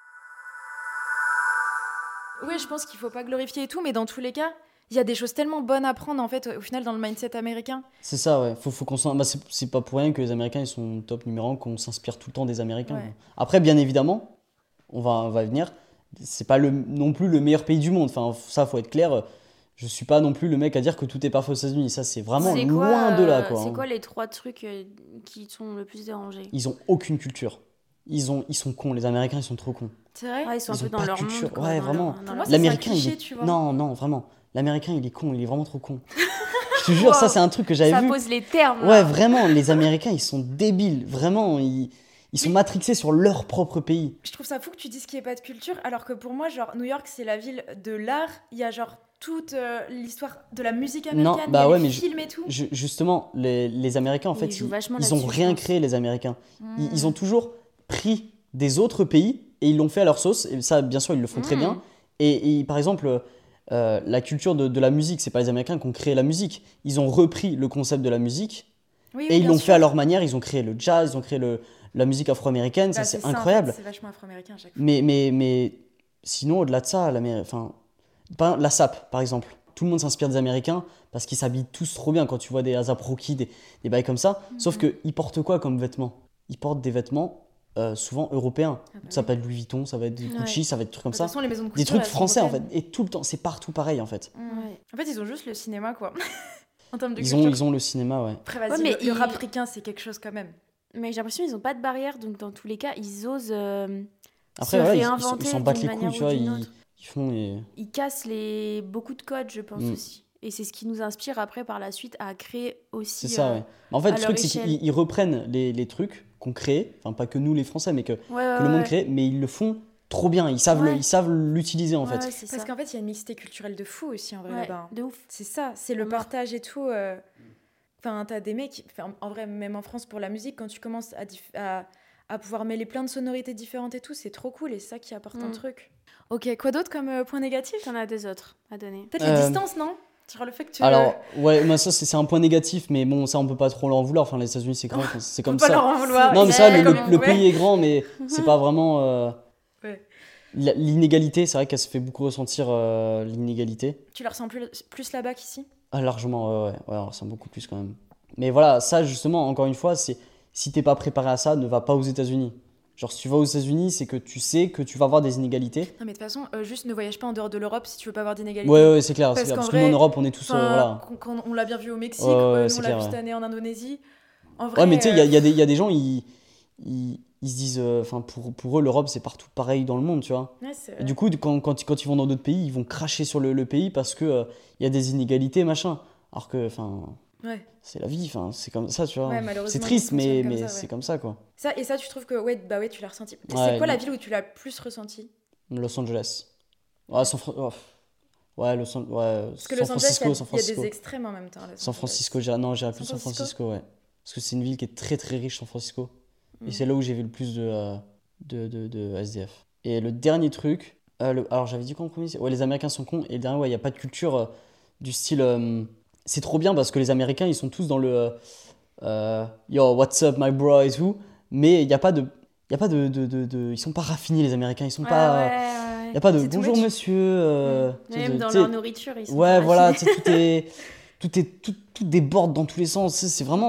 B: Oui, je pense qu'il faut pas glorifier et tout, mais dans tous les cas, il y a des choses tellement bonnes à prendre en fait au final dans le mindset américain.
C: C'est ça, ouais. Faut qu'on bah, c'est pas pour rien que les Américains ils sont top numéro 1, qu'on s'inspire tout le temps des Américains.
B: Ouais.
C: Après, bien évidemment, on va y venir. C'est pas non plus le meilleur pays du monde. Enfin, ça, faut être clair. Je suis pas non plus le mec à dire que tout est parfait aux États-Unis. Ça, c'est vraiment
A: C'est
C: loin
A: quoi,
C: de là, quoi.
A: C'est
C: hein.
A: quoi les 3 trucs qui t'ont le plus dérangé?
C: Ils ont aucune culture. Ils sont cons. Les Américains, ils sont trop cons.
B: C'est vrai.
A: Ouais, ils sont un
C: Ils
A: peu
C: ont
A: dans
C: pas de
A: leur
C: culture.
A: monde. quoi,
C: Ouais,
A: dans
C: vraiment.
A: leur-
B: Pour
A: dans
B: moi,
A: leur-
B: c'est
C: L'Américain,
B: un cliché,
C: il est...
B: tu vois.
C: Non, vraiment. L'Américain, il est con. Il est vraiment trop con. Je te jure, ça,
A: Wow.
C: c'est un truc que j'avais
A: Ça
C: vu.
A: pose les termes.
C: Ouais,
A: là.
C: vraiment, les Américains, ils sont débiles. Vraiment, ils sont matrixés sur leur propre pays.
B: Je trouve ça fou que tu dises qu'il n'y ait pas de culture, alors que pour moi, genre, New York, c'est la ville de l'art. Il y a genre toute l'histoire de la musique
C: Non,
B: américaine,
C: bah
B: il y a
C: ouais,
B: les
C: mais
B: films et tout.
C: Justement, les Américains, en
A: Ils
C: fait,
A: jouent vachement
C: ils ont
A: là-dessus, je
C: rien
A: pense.
C: créé, les Américains.
B: Hmm.
C: Ils ont toujours pris des autres pays et ils l'ont fait à leur sauce. Et ça, bien sûr, ils le font très
A: Mm.
C: bien. Et par exemple, la culture de la musique, c'est pas les Américains qui ont créé la musique. Ils ont repris le concept de la musique
B: Oui,
C: et
B: oui,
C: ils
B: bien
C: l'ont
B: sûr.
C: fait à leur manière. Ils ont créé le jazz, ils ont créé la musique afro-américaine.
B: Bah,
C: Ça, c'est
B: en fait,
C: incroyable.
B: c'est vachement afro-américain à chaque fois.
C: Mais sinon, au-delà de ça, la SAP, par exemple. Tout le monde s'inspire des Américains parce qu'ils s'habillent tous trop bien quand tu vois des A$AP Rocky, des bails comme ça. Sauf qu'ils portent quoi comme vêtements? Ils portent des vêtements souvent européens.
B: Ah bah
C: Ça
B: oui.
C: peut être Louis Vuitton, ça va être Gucci, ça va être des trucs comme
B: De toute
C: ça.
B: façon, les maisons de
C: Des
B: couture,
C: trucs
B: elles sont
C: français en fait.
B: européennes.
C: Et tout le temps, c'est partout pareil en fait.
A: Ouais.
B: En fait, ils ont juste le cinéma, quoi. En termes de
C: Ils
B: culture.
C: ont le cinéma, ouais.
B: Après, vas-y,
A: Ouais, mais
B: le rap africain, c'est quelque chose quand même.
A: Mais j'ai l'impression qu'ils n'ont pas de barrière, donc dans tous les cas, ils osent
C: Après,
A: se
C: voilà,
A: réinventer
C: ils s'en battent
A: d'une
C: les couilles,
A: manière
C: tu
A: ou
C: vois.
A: d'une
C: Ils
A: autre.
C: font et...
A: Ils cassent beaucoup de codes, je pense
C: Mm.
A: aussi. Et c'est ce qui nous inspire après par la suite à créer aussi.
C: C'est ça, ouais. Mais en fait,
A: à
C: le
A: leur
C: truc, c'est
A: échelle.
C: qu'ils reprennent les trucs qu'on crée, enfin pas que nous les Français, mais que
A: Ouais,
C: que le monde crée, mais ils le font trop bien. Ils savent
A: Ouais.
C: ils savent l'utiliser en fait.
A: Ouais, c'est
B: Parce
A: ça.
B: qu'en fait, il y a une mixité culturelle de fou aussi, en vrai,
A: Ouais,
B: là-bas.
A: de ouf.
B: C'est ça, c'est le
A: Vraiment.
B: partage et tout. Enfin, t'as des mecs, en vrai, même en France pour la musique, quand tu commences à pouvoir mêler plein de sonorités différentes et tout, c'est trop cool et c'est ça qui apporte un truc. Ok, quoi d'autre comme point négatif?
A: T'en as 2 autres à donner.
B: Peut-être les distances, non? Genre le fait que tu...
C: Alors, ouais, moi, ça, c'est un point négatif, mais bon, ça, on peut pas trop leur en vouloir. Enfin, les États-Unis, c'est grand, c'est comme
B: pas
C: ça.
B: leur en vouloir.
C: Non, mais ça, le
B: Ouais.
C: pays est grand, mais c'est pas vraiment.
B: Ouais.
C: L'inégalité, c'est vrai qu'elle se fait beaucoup ressentir, l'inégalité.
B: Tu la ressens plus là-bas qu'ici?
C: Ah, largement, ouais, on ressent beaucoup plus quand même. Mais voilà, ça, justement, encore une fois, c'est si t'es pas préparé à ça, ne va pas aux États-Unis. Genre, si tu vas aux États-Unis, c'est que tu sais que tu vas avoir des inégalités.
B: Non, mais de toute façon, juste ne voyage pas en dehors de l'Europe si tu veux pas avoir d'inégalité.
C: Ouais, c'est clair.
B: Parce
C: Parce
B: qu'en
C: que nous, en
B: vrai,
C: Europe, on est tous. Voilà.
B: Quand on l'a bien vu au Mexique,
C: Ouais,
B: on
C: c'est
B: l'a
C: clair,
B: vu
C: ouais.
B: cette année en Indonésie. En vrai,
C: Ouais, mais tu sais, il y a des gens, ils se disent. Enfin, pour eux, l'Europe, c'est partout pareil dans le monde, tu vois.
B: Ouais, c'est
C: Et
B: vrai.
C: du coup, quand ils vont dans d'autres pays, ils vont cracher sur le pays parce que il y a des inégalités, machin. Alors que, enfin,
B: Ouais.
C: c'est la vie, enfin, c'est comme ça, tu vois.
B: Ouais, malheureusement,
C: C'est triste,
B: on fonctionne
C: mais,
B: comme
C: mais
B: ça, ouais.
C: c'est comme ça, quoi.
B: Et ça, tu trouves que ouais, tu l'as ressenti. C'est
C: Ouais,
B: quoi la ville où tu l'as le plus ressenti?
C: Los Angeles. Ouais, ouais,
B: Parce que
C: San
B: Los Angeles,
C: Francisco, San
B: il y a
C: Francisco.
B: des extrêmes en même temps. Los
C: San
B: Angeles.
C: Francisco, non, j'irais plus
B: San
C: San
B: Francisco
C: Francisco, ouais. Parce que c'est une ville qui est très très riche, San Francisco.
B: Mm.
C: Et c'est là où j'ai vu le plus de SDF. Et le dernier truc, alors j'avais dit quoi en premier? Ouais, les Américains sont cons. Et le dernier, ouais, il n'y a pas de culture du style. C'est trop bien parce que les Américains, ils sont tous dans le Yo, what's up, my bro et tout. Mais il n'y a pas de. Ils sont pas raffinés, les Américains. Ils sont pas. Il n'y a pas de
B: C'est too
C: bonjour
B: much.
C: monsieur. tu sais,
A: Même dans
C: tu sais,
A: leur nourriture, ils sont
C: ouais,
A: pas
C: voilà,
A: raffinés.
C: tout déborde dans tous les sens. C'est vraiment,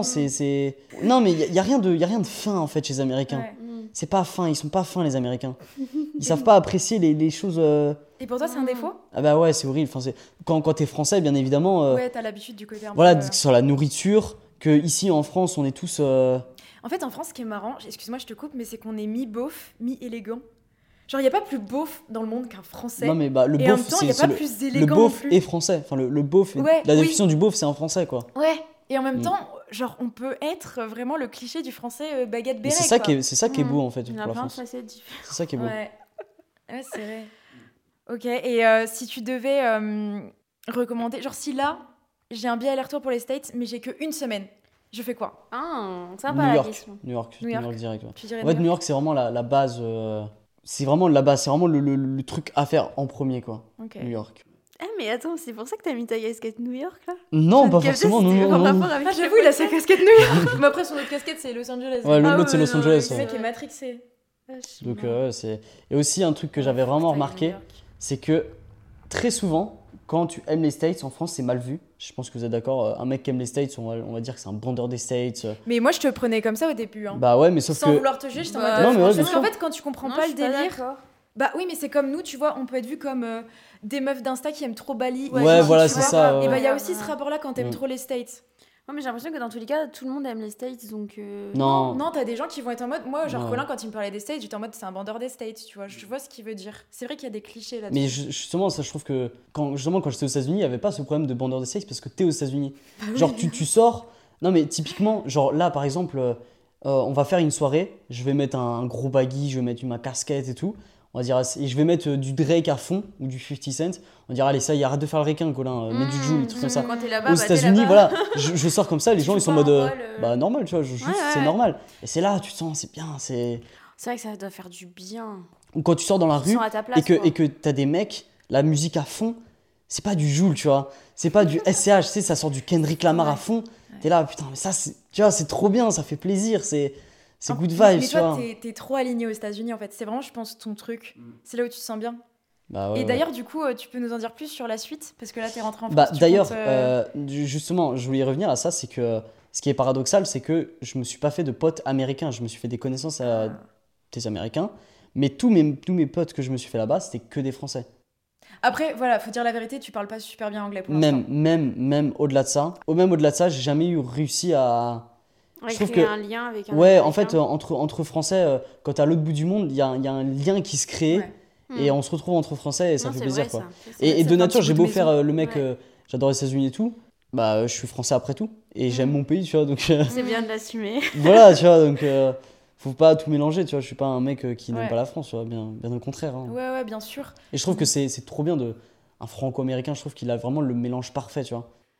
C: Non, mais il y a rien de fin en fait chez les Américains.
B: Ouais.
C: C'est pas fin, ils sont pas fins les Américains. Ils savent pas apprécier les choses.
B: Et pour toi, c'est un défaut?
C: Ah bah ouais, c'est horrible. Enfin, quand t'es français, bien évidemment.
B: Ouais, t'as l'habitude du côté un
C: Voilà,
B: peu...
C: sur la nourriture, que ici en France, on est tous.
B: En fait, en France, ce qui est marrant, excuse-moi, je te coupe, mais c'est qu'on est mi-beauf, mi-élégant. Genre, il n'y a pas plus beauf dans le monde qu'un français.
C: Non mais bah le
B: Et en
C: beauf,
B: même temps, il n'y a
C: c'est
B: pas plus
C: le
B: élégant non
C: beauf
B: plus.
C: est français. Enfin le beauf,
B: Ouais,
C: la
B: oui.
C: définition du beauf, c'est un français quoi.
B: Ouais. Et en même
C: Mm.
B: temps, genre, on peut être vraiment le cliché du français baguette
C: Mais
B: béret.
C: c'est ça
B: quoi.
C: c'est ça qui est beau en fait
A: Il y
C: pour
A: en a
C: la
A: plein de
C: France.
A: facettes différentes.
C: C'est ça qui est beau.
B: Ouais, ouais c'est vrai. Ok, et si tu devais recommander, genre si là, j'ai un billet aller-retour pour les States, mais j'ai qu'une semaine, je fais quoi?
A: Ah, sympa
C: New
A: la
C: York,
A: question.
C: New York direct. Ouais.
B: Tu dirais
C: En fait, New York, c'est vraiment la base. C'est vraiment la base, c'est vraiment le truc à faire en premier, quoi.
B: Ok.
C: New York.
A: Ah, mais attends, c'est pour ça que t'as mis ta casquette New York là?
C: Non,
A: Je
C: pas
A: ne captais
C: forcément,
A: si
C: non,
A: c'était
C: non,
A: en
C: non.
A: rapport avec
B: Ah,
A: le
B: j'avoue, il a sa
A: podcast.
B: casquette New York. Mais après, son autre casquette, c'est Los Angeles.
C: Ouais,
A: Ah
C: l'autre, c'est
A: ouais,
C: Los
A: non,
C: Angeles.
B: Le
C: Ouais.
B: mec est matrixé.
A: Ah, je suis
C: Donc,
A: marrant.
C: c'est. Et aussi, un truc que j'avais
A: Faut
C: vraiment
A: t'ailles à
C: remarqué,
A: New York.
C: c'est que très souvent, quand tu aimes les States, en France, c'est mal vu. Je pense que vous êtes d'accord. Un mec qui aime les States, on va dire que c'est un bandeur des States.
B: Mais moi, je te prenais comme ça au début. Hein.
C: Bah ouais, mais sauf
B: Sans
C: que.
B: vouloir te juger, j'étais en
A: Bah,
B: mode.
C: non, mais ouais, bien
B: parce qu'en
C: sûr.
B: fait, quand tu comprends
A: Non,
B: pas
A: je
B: le
A: suis
B: délire.
A: d'accord.
B: Bah oui, mais c'est comme nous, tu vois, on peut être vu comme des meufs d'Insta qui aiment trop Bali.
C: Ouais,
B: qui,
C: voilà,
B: tu
C: c'est
B: vois.
C: ça.
B: Et bah,
C: ouais.
B: il y a aussi ce rapport-là quand t'aimes
C: Mm.
B: trop les States.
A: Ouais, mais j'ai l'impression que dans tous les cas, tout le monde aime les States, donc...
C: Non.
B: Non, t'as des gens qui vont être en mode. Moi, genre,
C: Non.
B: Colin, quand il me parlait des States, j'étais en mode c'est un bandeur des States, tu vois. Je vois ce qu'il veut dire. C'est vrai qu'il y a des clichés là-dessus.
C: Mais justement, ça, je trouve que quand j'étais aux États-Unis, il n'y avait pas ce problème de bandeur des States parce que t'es aux États-Unis.
B: Bah
C: Genre, tu sors. Non, mais typiquement, genre là, par exemple, on va faire une soirée. Je vais mettre un gros baggy, je vais mettre ma casquette et tout. On va dire, et je vais mettre du Drake à fond ou du 50 Cent. On va dire, allez, ça, y arrête de faire le requin, Colin. Mets du Joule, des trucs comme ça.
A: Quand t'es là-bas,
C: Aux
A: bah, t'es
C: États-Unis,
A: là-bas.
C: voilà, je sors comme ça, les
A: Tu
C: gens ils
A: joues
C: sont en
A: pas
C: mode.
A: un rôle,
C: Bah, normal, tu vois, juste,
A: Ouais,
C: c'est
A: ouais.
C: normal. Et c'est là, tu te sens, c'est bien.
A: C'est vrai que ça doit faire du bien.
C: Ou quand tu sors dans la
A: Ils
C: rue
A: sont à ta place,
C: et
A: quoi.
C: que t'as des mecs, la musique à fond, c'est pas du Joule, tu vois. C'est pas du SCH, tu sais, ça sort du Kendrick Lamar à fond. T'es là, putain, mais ça, tu vois, c'est trop bien, ça fait plaisir, c'est good vibes,
B: Mais
C: tu
B: toi,
C: vois.
B: t'es trop aligné aux États-Unis en fait. C'est vraiment, je pense, ton truc. C'est là où tu te sens bien.
C: Bah, ouais,
B: Et
C: ouais.
B: d'ailleurs, du coup, tu peux nous en dire plus sur la suite? Parce que là, t'es rentré en France.
C: Bah,
B: tu
C: d'ailleurs,
B: comptes,
C: justement, je voulais y revenir à ça, c'est que ce qui est paradoxal, c'est que je me suis pas fait de potes américains, je me suis fait des connaissances à des Américains, mais tous mes potes que je me suis fait là-bas, c'était que des Français.
B: Après, voilà, faut dire la vérité, tu parles pas super bien anglais pour l'instant.
C: Même au-delà de ça, j'ai jamais eu réussi à.
A: Ouais,
C: je trouve
A: créer
C: que-
A: un lien avec un
C: Ouais, en
A: Américain.
C: fait, entre Français, quand t'es à l'autre bout du monde, il y a un lien qui se crée
B: Ouais.
C: et on se retrouve entre Français et ça
A: Non,
C: fait
A: c'est
C: plaisir,
A: vrai,
C: quoi.
A: ça. C'est
C: Et
A: vrai.
C: de
B: fait un
C: nature,
B: petit
C: j'ai
B: bout
C: beau
B: de
C: faire
B: maison.
C: le mec,
A: Ouais.
C: j'adore les États-Unis et tout, bah je suis français après tout et j'aime mon pays, tu vois, donc
A: C'est bien de l'assumer.
C: voilà, tu vois, donc faut pas tout mélanger, tu vois, je suis pas un mec qui n'aime
B: Ouais.
C: pas la France, tu vois, bien au contraire. Hein.
B: Ouais, bien sûr.
C: Et je trouve que c'est trop bien un franco-américain, je trouve qu'il a vraiment le mélange parfait, tu vois.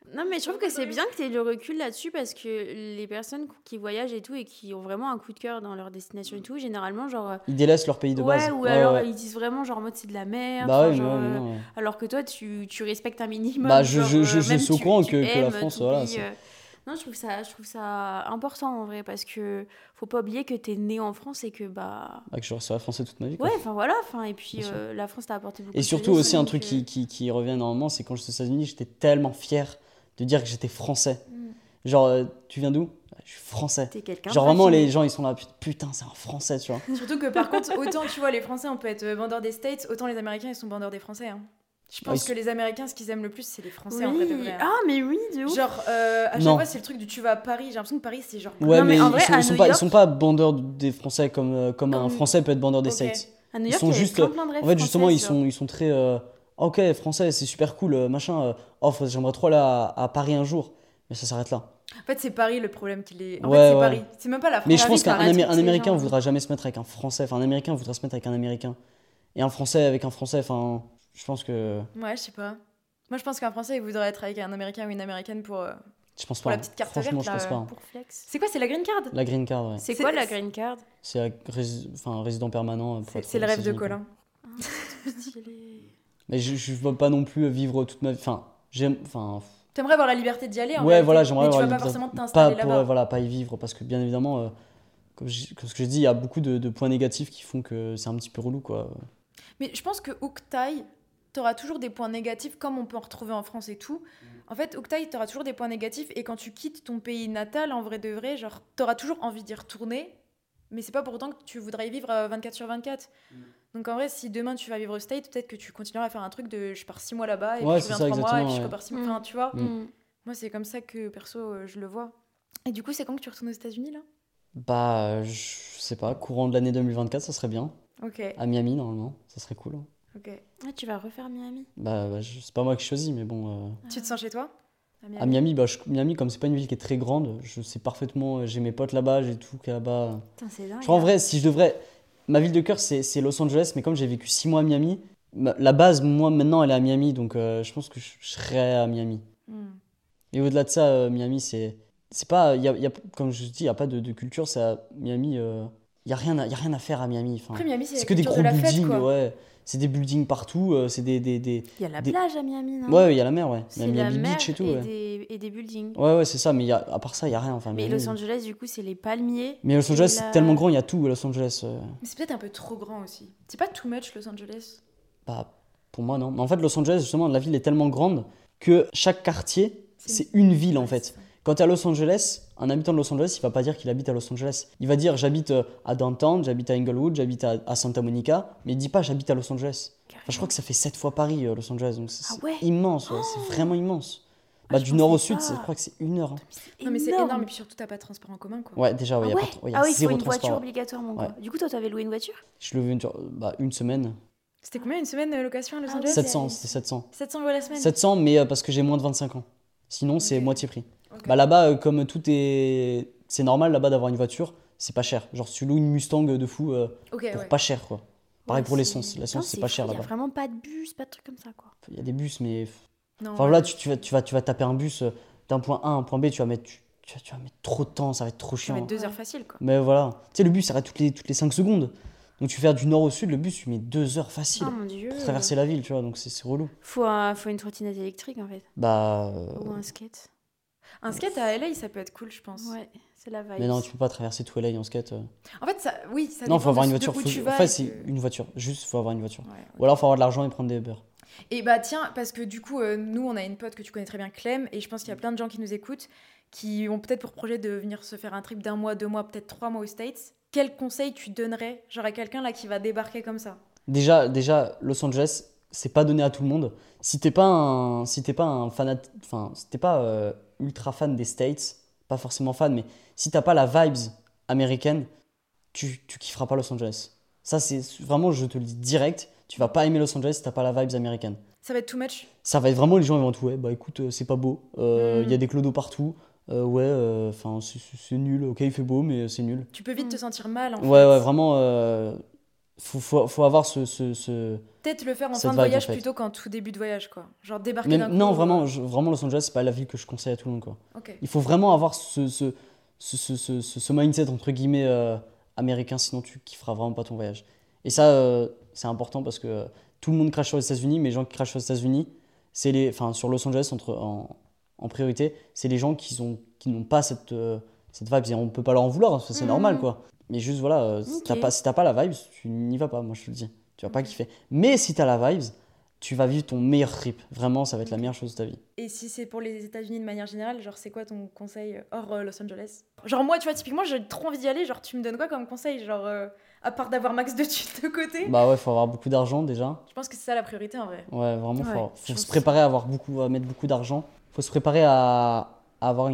A: Non, mais je trouve que c'est bien que tu aies le recul là-dessus parce que les personnes qui voyagent et tout et qui ont vraiment un coup de cœur dans leur destination et tout, généralement, genre.
C: Ils délaissent leur pays de base.
A: Ouais, ou
C: Ouais,
A: alors
C: ouais.
A: ils disent vraiment, genre, en mode c'est de la merde.
C: Bah
A: enfin,
C: oui,
A: genre,
C: mais non. Ouais.
A: alors que toi, tu respectes un minimum.
C: Bah,
A: genre,
C: je
A: même
C: suis au courant que la
A: aimes
C: France,
A: ton
C: voilà.
A: pays. Non, je trouve ça important en vrai parce que faut pas oublier que t'es né en France et que bah.
C: Que je resterai français toute ma vie, quoi.
A: Ouais, enfin voilà, et puis
C: Bien sûr.
A: la France t'a apporté beaucoup
C: Et
A: de
C: surtout
A: choses
C: aussi, un
A: donc,
C: truc qui revient énormément, c'est quand j'étais aux États-Unis, j'étais tellement fier de dire que j'étais français. Genre, tu viens d'où? Je suis français.
A: T'es quelqu'un
C: Genre,
A: de
C: vraiment,
A: raffiné.
C: les gens, ils sont là, putain, c'est un français, tu vois.
B: Surtout que par contre, autant tu vois, les Français, on peut être bandeurs des States, autant les Américains, ils sont bandeurs des Français. Hein. Je pense
C: ils
B: que les Américains, ce qu'ils aiment le plus, c'est les Français en
A: Oui.
B: vrai de vrai. Hein.
A: Ah, mais oui, de ouf.
B: Genre, à chaque
C: Non.
B: fois, c'est le truc du tu vas à Paris. J'ai l'impression que Paris, c'est genre.
C: Ouais,
A: Non, mais en vrai, à New
C: ils
A: York-
C: sont pas bandeurs des Français comme un
B: Comme-
C: Français peut être bandeur des
B: Ok.
C: States.
A: À New
C: Ils
A: York,
C: sont
A: il y avait
C: juste.
A: plein de rêves
C: En fait, justement,
A: françaises, genre.
C: ils sont très. Ok, français, c'est super cool, machin. J'aimerais trop aller à Paris un jour. Mais ça s'arrête là.
B: En fait, c'est Paris le problème qu'il est. En
C: Ouais,
B: fait, c'est
C: ouais.
B: Paris. C'est même pas la France.
C: Mais je
A: Paris,
C: pense
A: ça
C: qu'un
A: arrête toutes
C: un
A: ces
C: Américain
A: gens.
C: voudra jamais se mettre avec un Français. Enfin, un Américain voudra se mettre avec un Américain. Et un Français avec un Français, enfin, je pense que.
B: Ouais, je sais pas. Moi, je pense qu'un Français, il voudrait être avec un Américain ou une Américaine pour
C: Je pense
B: Pour
C: pas.
B: la petite carte
C: Franchement,
B: verte,
C: je
B: là,
C: pense pas.
A: Pour flex.
B: C'est quoi, c'est la green card
C: La green card, ouais.
A: C'est
B: C'est-
A: quoi la green card?
C: C'est un résident permanent. pour être
B: C'est le
C: aux
B: rêve de
C: États-Unis, quoi.
B: Colin.
A: Ah, c'est trop stylé.
C: Mais je veux pas non plus vivre toute ma vie. Enfin, j'aime. Enfin,
B: T'aimerais avoir la liberté d'y aller en
C: ouais,
B: réalité,
C: voilà, j'aimerais
B: mais tu
C: avoir
B: vas
C: la
B: pas
C: liberté-
B: forcément
C: pas
B: t'installer
C: pour,
B: là-bas.
C: voilà, pas y vivre. Parce que bien évidemment, comme ce que je dis, il y a beaucoup de points négatifs qui font que c'est un petit peu relou, quoi.
B: Mais je pense que où que t'ailles, t'auras toujours des points négatifs comme on peut en retrouver en France et tout. En fait, où que t'ailles, t'auras toujours des points négatifs et quand tu quittes ton pays natal, en vrai de vrai, genre, t'auras toujours envie d'y retourner, mais c'est pas pour autant que tu voudrais y vivre 24 sur 24. Donc en vrai, si demain tu vas vivre au State, peut-être que tu continueras à faire un truc de je pars 6 mois là-bas et
C: Ouais,
B: puis je
C: c'est
B: reviens
C: ça,
B: 3 mois et puis
C: exactement,
B: je
C: ouais.
B: repars 6 mois. Enfin, tu vois,
A: Mm.
B: moi c'est comme ça que perso je le vois. Et du coup, c'est quand que tu retournes aux États-Unis là?
C: Bah, je sais pas, courant de l'année 2024, ça serait bien.
B: Ok,
C: À Miami, normalement, ça serait cool.
B: ok.
A: Ah, tu vas refaire Miami.
C: C'est pas moi qui choisis, mais bon.
B: Tu te sens chez toi?
C: À Miami, Miami, comme c'est pas une ville qui est très grande, je sais parfaitement, j'ai mes potes là-bas, j'ai tout qui est là-bas.
A: Putain, c'est dingue.
C: Je crois en vrai, si je devrais. Ma ville de cœur, c'est Los Angeles, mais comme j'ai vécu 6 mois à Miami, la base, moi, maintenant, elle est à Miami, donc je pense que je serais à Miami.
B: Hmm.
C: Et au-delà de ça, Miami, c'est pas. Comme je dis, il n'y a pas de culture, c'est à Miami. Il n'y a rien à faire à Miami. Enfin,
B: Après, Miami, c'est la
C: c'est que des
B: culture
C: gros
B: de la fête,
C: buildings,
B: quoi.
C: ouais. C'est des buildings partout, c'est des.
A: Il y a la
C: des-
A: plage à Miami, non?
C: Ouais, il y a la mer, ouais.
A: C'est
C: Il y a
A: la
C: Miami
A: mer
C: Beach et tout,
A: et,
C: ouais.
A: des buildings.
C: Ouais, c'est ça, mais à part ça, il n'y a rien. Enfin,
A: Mais
C: Miami.
A: Los Angeles, du coup, c'est les palmiers.
C: Mais Los
A: et
C: Angeles,
A: la-
C: c'est tellement grand, il y a tout à Los Angeles.
B: Mais c'est peut-être un peu trop grand aussi. C'est pas too much Los Angeles?
C: Bah, pour moi, non. Mais en fait, Los Angeles, justement, la ville est tellement grande que chaque quartier,
B: C'est
C: c'est une ville, en
B: Ouais,
C: fait.
B: c'est ça.
C: Quand tu es à Los Angeles, un habitant de Los Angeles, il va pas dire qu'il habite à Los Angeles. Il va dire j'habite à Downtown, j'habite à Inglewood, j'habite à Santa Monica, mais il dit pas j'habite à Los Angeles. Enfin, je crois que ça fait 7 fois Paris, Los Angeles, donc c'est
A: Ah ouais.
C: immense, ouais, c'est vraiment immense.
A: Ah, je
C: Du nord au
A: pensais
C: sud,
A: pas.
C: je crois que c'est 1 heure.
B: Non, mais c'est énorme. Et puis surtout, t'as pas de transport en commun, quoi.
C: Ouais, déjà,
A: Ah
C: il y a
A: ouais.
C: pas trop- il y a
A: Ah oui, il faut
C: zéro
A: une voiture
C: transport.
A: obligatoirement. Quoi.
C: Ouais.
A: Du coup, toi, t'avais loué une voiture?
C: Je levais une semaine.
B: C'était combien une semaine location à Los
A: Ah oui,
B: Angeles?
C: 700, c'était 700.
B: 700 euros la semaine.
C: 700, mais parce que j'ai moins de 25 ans. Sinon, c'est
B: Ok.
C: moitié prix.
B: Ok.
C: Bah là-bas, comme tout est. C'est normal là-bas d'avoir une voiture, c'est pas cher. Genre, si tu loues une Mustang de fou
B: Ok,
C: pour
B: ouais.
C: pas cher, quoi. Pareil
A: Ouais,
C: pour
A: c'est-
C: l'essence.
A: Putain,
C: L'essence, c'est pas cher
A: fou, Il y
C: là-bas.
A: a vraiment pas de bus, pas de trucs comme ça, quoi.
C: Il y a des bus, mais.
B: Non,
C: Enfin
B: ouais.
C: voilà, tu vas taper un bus d'un point A à un point B, tu vas mettre trop de temps, ça va être trop
B: Ça va
C: chiant.
B: mettre 2 heures
A: Ouais.
B: facile, quoi.
C: Mais voilà. Tu sais, le bus s'arrête toutes les 5 secondes. Donc tu fais du nord au sud, le bus, tu mets 2 heures facile
A: Oh mon dieu.
C: pour traverser la ville, tu vois. Donc c'est relou.
A: Faut une trottinette électrique, en fait.
C: Bah.
A: Ou un skate.
B: Un skate à LA, ça peut être cool, je pense.
A: Ouais, c'est la vibe.
C: Mais non, tu peux pas traverser tout LA en skate.
B: En fait, ça, oui, ça
C: Non,
B: dépend
C: faut avoir
B: de,
C: une
B: de
C: voiture.
B: où tu vas.
C: En fait,
B: et
C: c'est
B: que-
C: une voiture. Juste, faut avoir une voiture.
B: Ouais, ouais.
C: Ou alors, faut avoir de l'argent et prendre des Uber.
B: Et bah tiens, parce que du coup, nous, on a une pote que tu connais très bien, Clem, et je pense qu'il y a plein de gens qui nous écoutent, qui ont peut-être pour projet de venir se faire un trip d'1 mois, 2 mois, peut-être 3 mois aux States. Quel conseil tu donnerais, genre à quelqu'un là qui va débarquer comme ça?
C: Déjà, Los Angeles, c'est pas donné à tout le monde. Si t'es pas un fanat, enfin, si t'es pas ultra fan des States, pas forcément fan, mais si t'as pas la vibes américaine, tu kifferas pas Los Angeles. Ça, c'est vraiment, je te le dis direct, tu vas pas aimer Los Angeles si t'as pas la vibes américaine.
B: Ça va être too much?
C: Ça va être vraiment, les gens ils vont être, ouais, bah écoute, c'est pas beau, il y a
B: Mm.
C: des clodos partout, ouais, enfin, c'est nul, ok, il fait beau, mais c'est nul.
B: Tu peux vite te sentir mal en
C: Ouais,
B: fait.
C: ouais, vraiment, faut avoir
B: Peut-être le faire en
C: cette
B: fin de
C: vibe,
B: voyage
C: en fait.
B: plutôt qu'en tout début de voyage, quoi. Genre débarquer
C: Même,
B: d'un coup.
C: non, vraiment, Los Angeles, c'est pas la ville que je conseille à tout le monde, quoi.
B: Ok.
C: Il faut vraiment avoir ce mindset, entre guillemets, américain, sinon tu kifferas vraiment pas ton voyage. Et ça, c'est important parce que tout le monde crache sur les États-Unis, mais les gens qui crachent sur les États-Unis, enfin, sur Los Angeles en priorité, c'est les gens qui n'ont pas cette vibe. Et on peut pas leur en vouloir, c'est normal, quoi. Mais juste, voilà, si
A: Ok.
C: t'as pas la vibe, tu n'y vas pas, moi je te le dis. Tu vas pas
B: Ok.
C: kiffer. Mais si t'as la vibe, tu vas vivre ton meilleur trip. Vraiment, ça va être la meilleure chose de ta vie.
B: Et si c'est pour les États-Unis de manière générale, genre c'est quoi ton conseil hors Los Angeles? Genre moi, tu vois, typiquement, j'ai trop envie d'y aller. Genre, tu me donnes quoi comme conseil? Genre, à part d'avoir max de thunes de côté.
C: Bah ouais, faut avoir beaucoup d'argent déjà.
B: Je pense que c'est ça la priorité en vrai.
C: Ouais, vraiment,
A: Ouais,
C: faut
A: je
C: se
A: pense
C: préparer à mettre beaucoup d'argent. Faut se préparer à avoir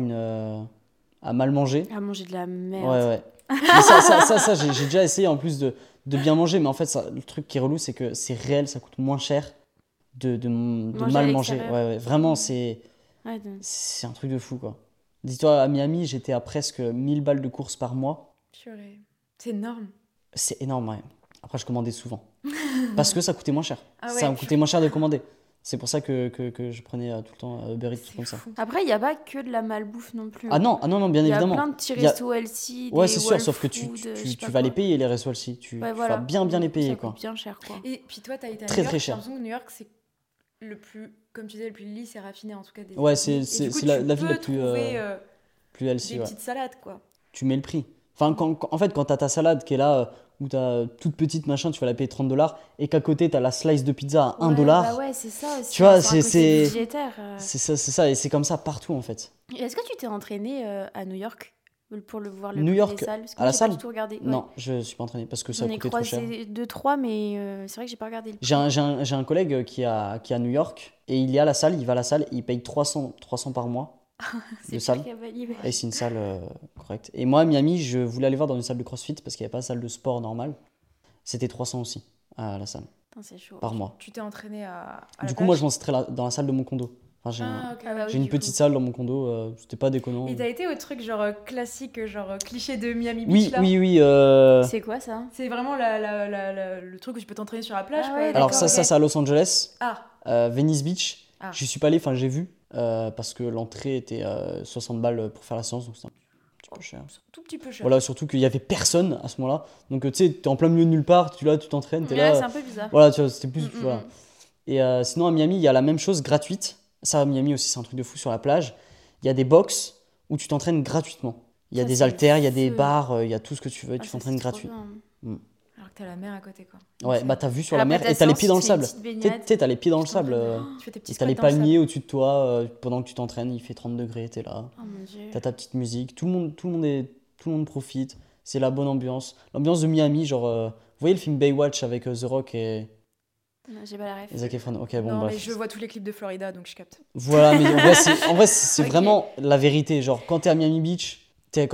C: à mal manger.
A: À manger de la merde.
C: Ouais, ouais. Mais ça j'ai déjà essayé en plus de bien manger. Mais en fait, le truc qui est relou, c'est que c'est réel, ça coûte moins cher de
A: Manger à
C: mal manger.
A: l'extérieur.
C: Ouais, ouais. Vraiment, c'est
A: Ouais,
C: un truc de fou, quoi. Dis-toi, à Miami, j'étais à presque 1000 balles de courses par mois.
B: Purée. C'est énorme.
C: C'est énorme, ouais. Après, je commandais souvent. Parce que ça coûtait moins cher.
B: Ah ouais,
C: Ça me coûtait moins cher de commander. C'est pour ça que je prenais tout le temps Uber Eats, tout comme ça.
B: fou.
A: Après, il n'y a pas que de la malbouffe non plus.
C: Ah non, bien
A: Il y a
C: évidemment.
A: plein de petits
C: Il y a-
A: restos LC,
C: Ouais,
A: des
C: c'est sûr,
A: Wall
C: sauf que
A: Food, je sais
C: tu
A: pas
C: vas les
A: quoi.
C: payer, les restos aussi. Tu
A: Ouais,
C: vas
A: voilà.
C: bien les
A: Du coup,
C: payer,
A: ça
C: quoi.
A: coûte bien cher, quoi.
B: Et puis toi, t'as été à
C: Très,
B: New York.
C: très
B: J'ai
C: cher.
B: l'impression que New York, c'est le plus, comme tu disais, le plus lisse et raffiné en tout cas des
C: Ouais,
B: États-Unis.
C: c'est
B: Et du coup,
C: la
B: tu
C: ville la
B: peux
C: plus,
B: trouver
C: plus healthy,
B: des
C: ouais.
B: petites salades, quoi.
C: Tu mets le prix. Enfin, en fait, quand t'as ta salade qui est là, où t'as toute petite machin, tu vas la payer 30 $, et qu'à côté, t'as la slice de pizza à 1
A: Ouais,
C: $,
A: bah ouais, c'est ça aussi.
C: Tu vois,
A: sur un côté
C: c'est-
A: budgétaire.
C: c'est ça, et c'est comme ça partout, en fait.
A: Et est-ce que tu t'es entraîné à New York pour voir le
C: New
A: prix
C: York,
A: des salles? Parce que
C: à
A: moi,
C: la
A: j'ai
C: salle
A: pas du tout regardé. Ouais.
C: Non, je suis pas entraîné parce que ça
A: J'en ai
C: coûtait trop cher.
A: croisé 2-3, mais c'est vrai que j'ai pas regardé le prix.
C: J'ai un collègue qui est à New York, et il est à la salle, il va à la salle, il paye 300 par mois.
A: C'est
C: de salle.
A: pire qu'à Bali, ouais.
C: Et c'est une salle correcte. Et moi, à Miami, je voulais aller voir dans une salle de CrossFit parce qu'il n'y avait pas de salle de sport normale. C'était 300 aussi à la salle,
A: Putain, c'est chaud.
C: par mois.
B: Tu t'es entraîné à la
C: Du coup, moi,
B: plage.
C: je m'inscrirais dans la salle de mon condo. Enfin,
B: Ah, ok.
A: Ah bah oui,
C: j'ai une
A: du coup.
C: petite salle dans mon condo, c'était pas déconnant.
B: Et t'as été au truc genre classique, genre cliché de Miami
C: Oui,
B: Beach là?
C: oui.
A: C'est quoi ça?
B: C'est vraiment le truc où tu peux t'entraîner sur la plage,
A: Ah
B: quoi.
A: ouais,
C: Alors,
A: d'accord,
C: ça,
A: ok.
C: c'est à Los Angeles,
B: Ah,
C: Venice Beach.
B: Ah.
C: Je suis pas allé, enfin, j'ai vu, parce que l'entrée était 60 balles pour faire la séance, donc c'était un petit peu cher.
B: c'est un tout petit peu cher.
C: Voilà, surtout qu'il y avait personne à ce moment-là. Donc, tu sais, t'es en plein milieu de nulle part, tu t'entraînes, t'es
A: Ouais,
C: là.
A: c'est un peu bizarre.
C: Voilà, tu vois, c'était plus.
A: Mm, mm,
C: Voilà.
A: mm.
C: Et sinon, à Miami, il y a la même chose gratuite. Ça, à Miami aussi, c'est un truc de fou sur la plage. Il y a des box où tu t'entraînes gratuitement. Il y a
A: Ça,
C: des
A: c'est
C: haltères, il y a des
A: feu.
C: barres, il y a tout ce que tu veux,
A: Ah,
C: tu
A: ça,
C: t'entraînes
A: c'est trop
C: gratuit.
A: bien.
B: Alors que t'as la mer à côté, quoi.
C: Ouais,
B: Donc,
C: bah t'as vu sur
A: Et
C: la
A: après,
C: mer
A: ta
C: et t'as les
A: séance,
C: pieds dans le
A: tu fais une
C: sable.
A: petite
C: Tu
A: baignade.
C: sais, t'as les pieds dans le
A: Je t'entraîne.
C: sable.
B: tu fais tes petits
C: Et t'as les
B: squats dans le
C: palmiers au-dessus de toi pendant que tu t'entraînes, il fait 30 degrés, t'es là.
A: Oh mon dieu.
C: T'as ta petite musique, tout le monde profite. C'est la bonne ambiance. L'ambiance de Miami, genre. Vous voyez le film Baywatch avec The Rock et
A: Non, j'ai pas la ref.
C: Zac Efron? Ok,
B: sable.
C: bon,
B: Non, mais
C: bref.
B: je vois tous les clips de Florida, donc je capte.
C: Voilà, mais en vrai, c'est
A: Ok.
C: vraiment la vérité. Genre, quand t'es à Miami Beach,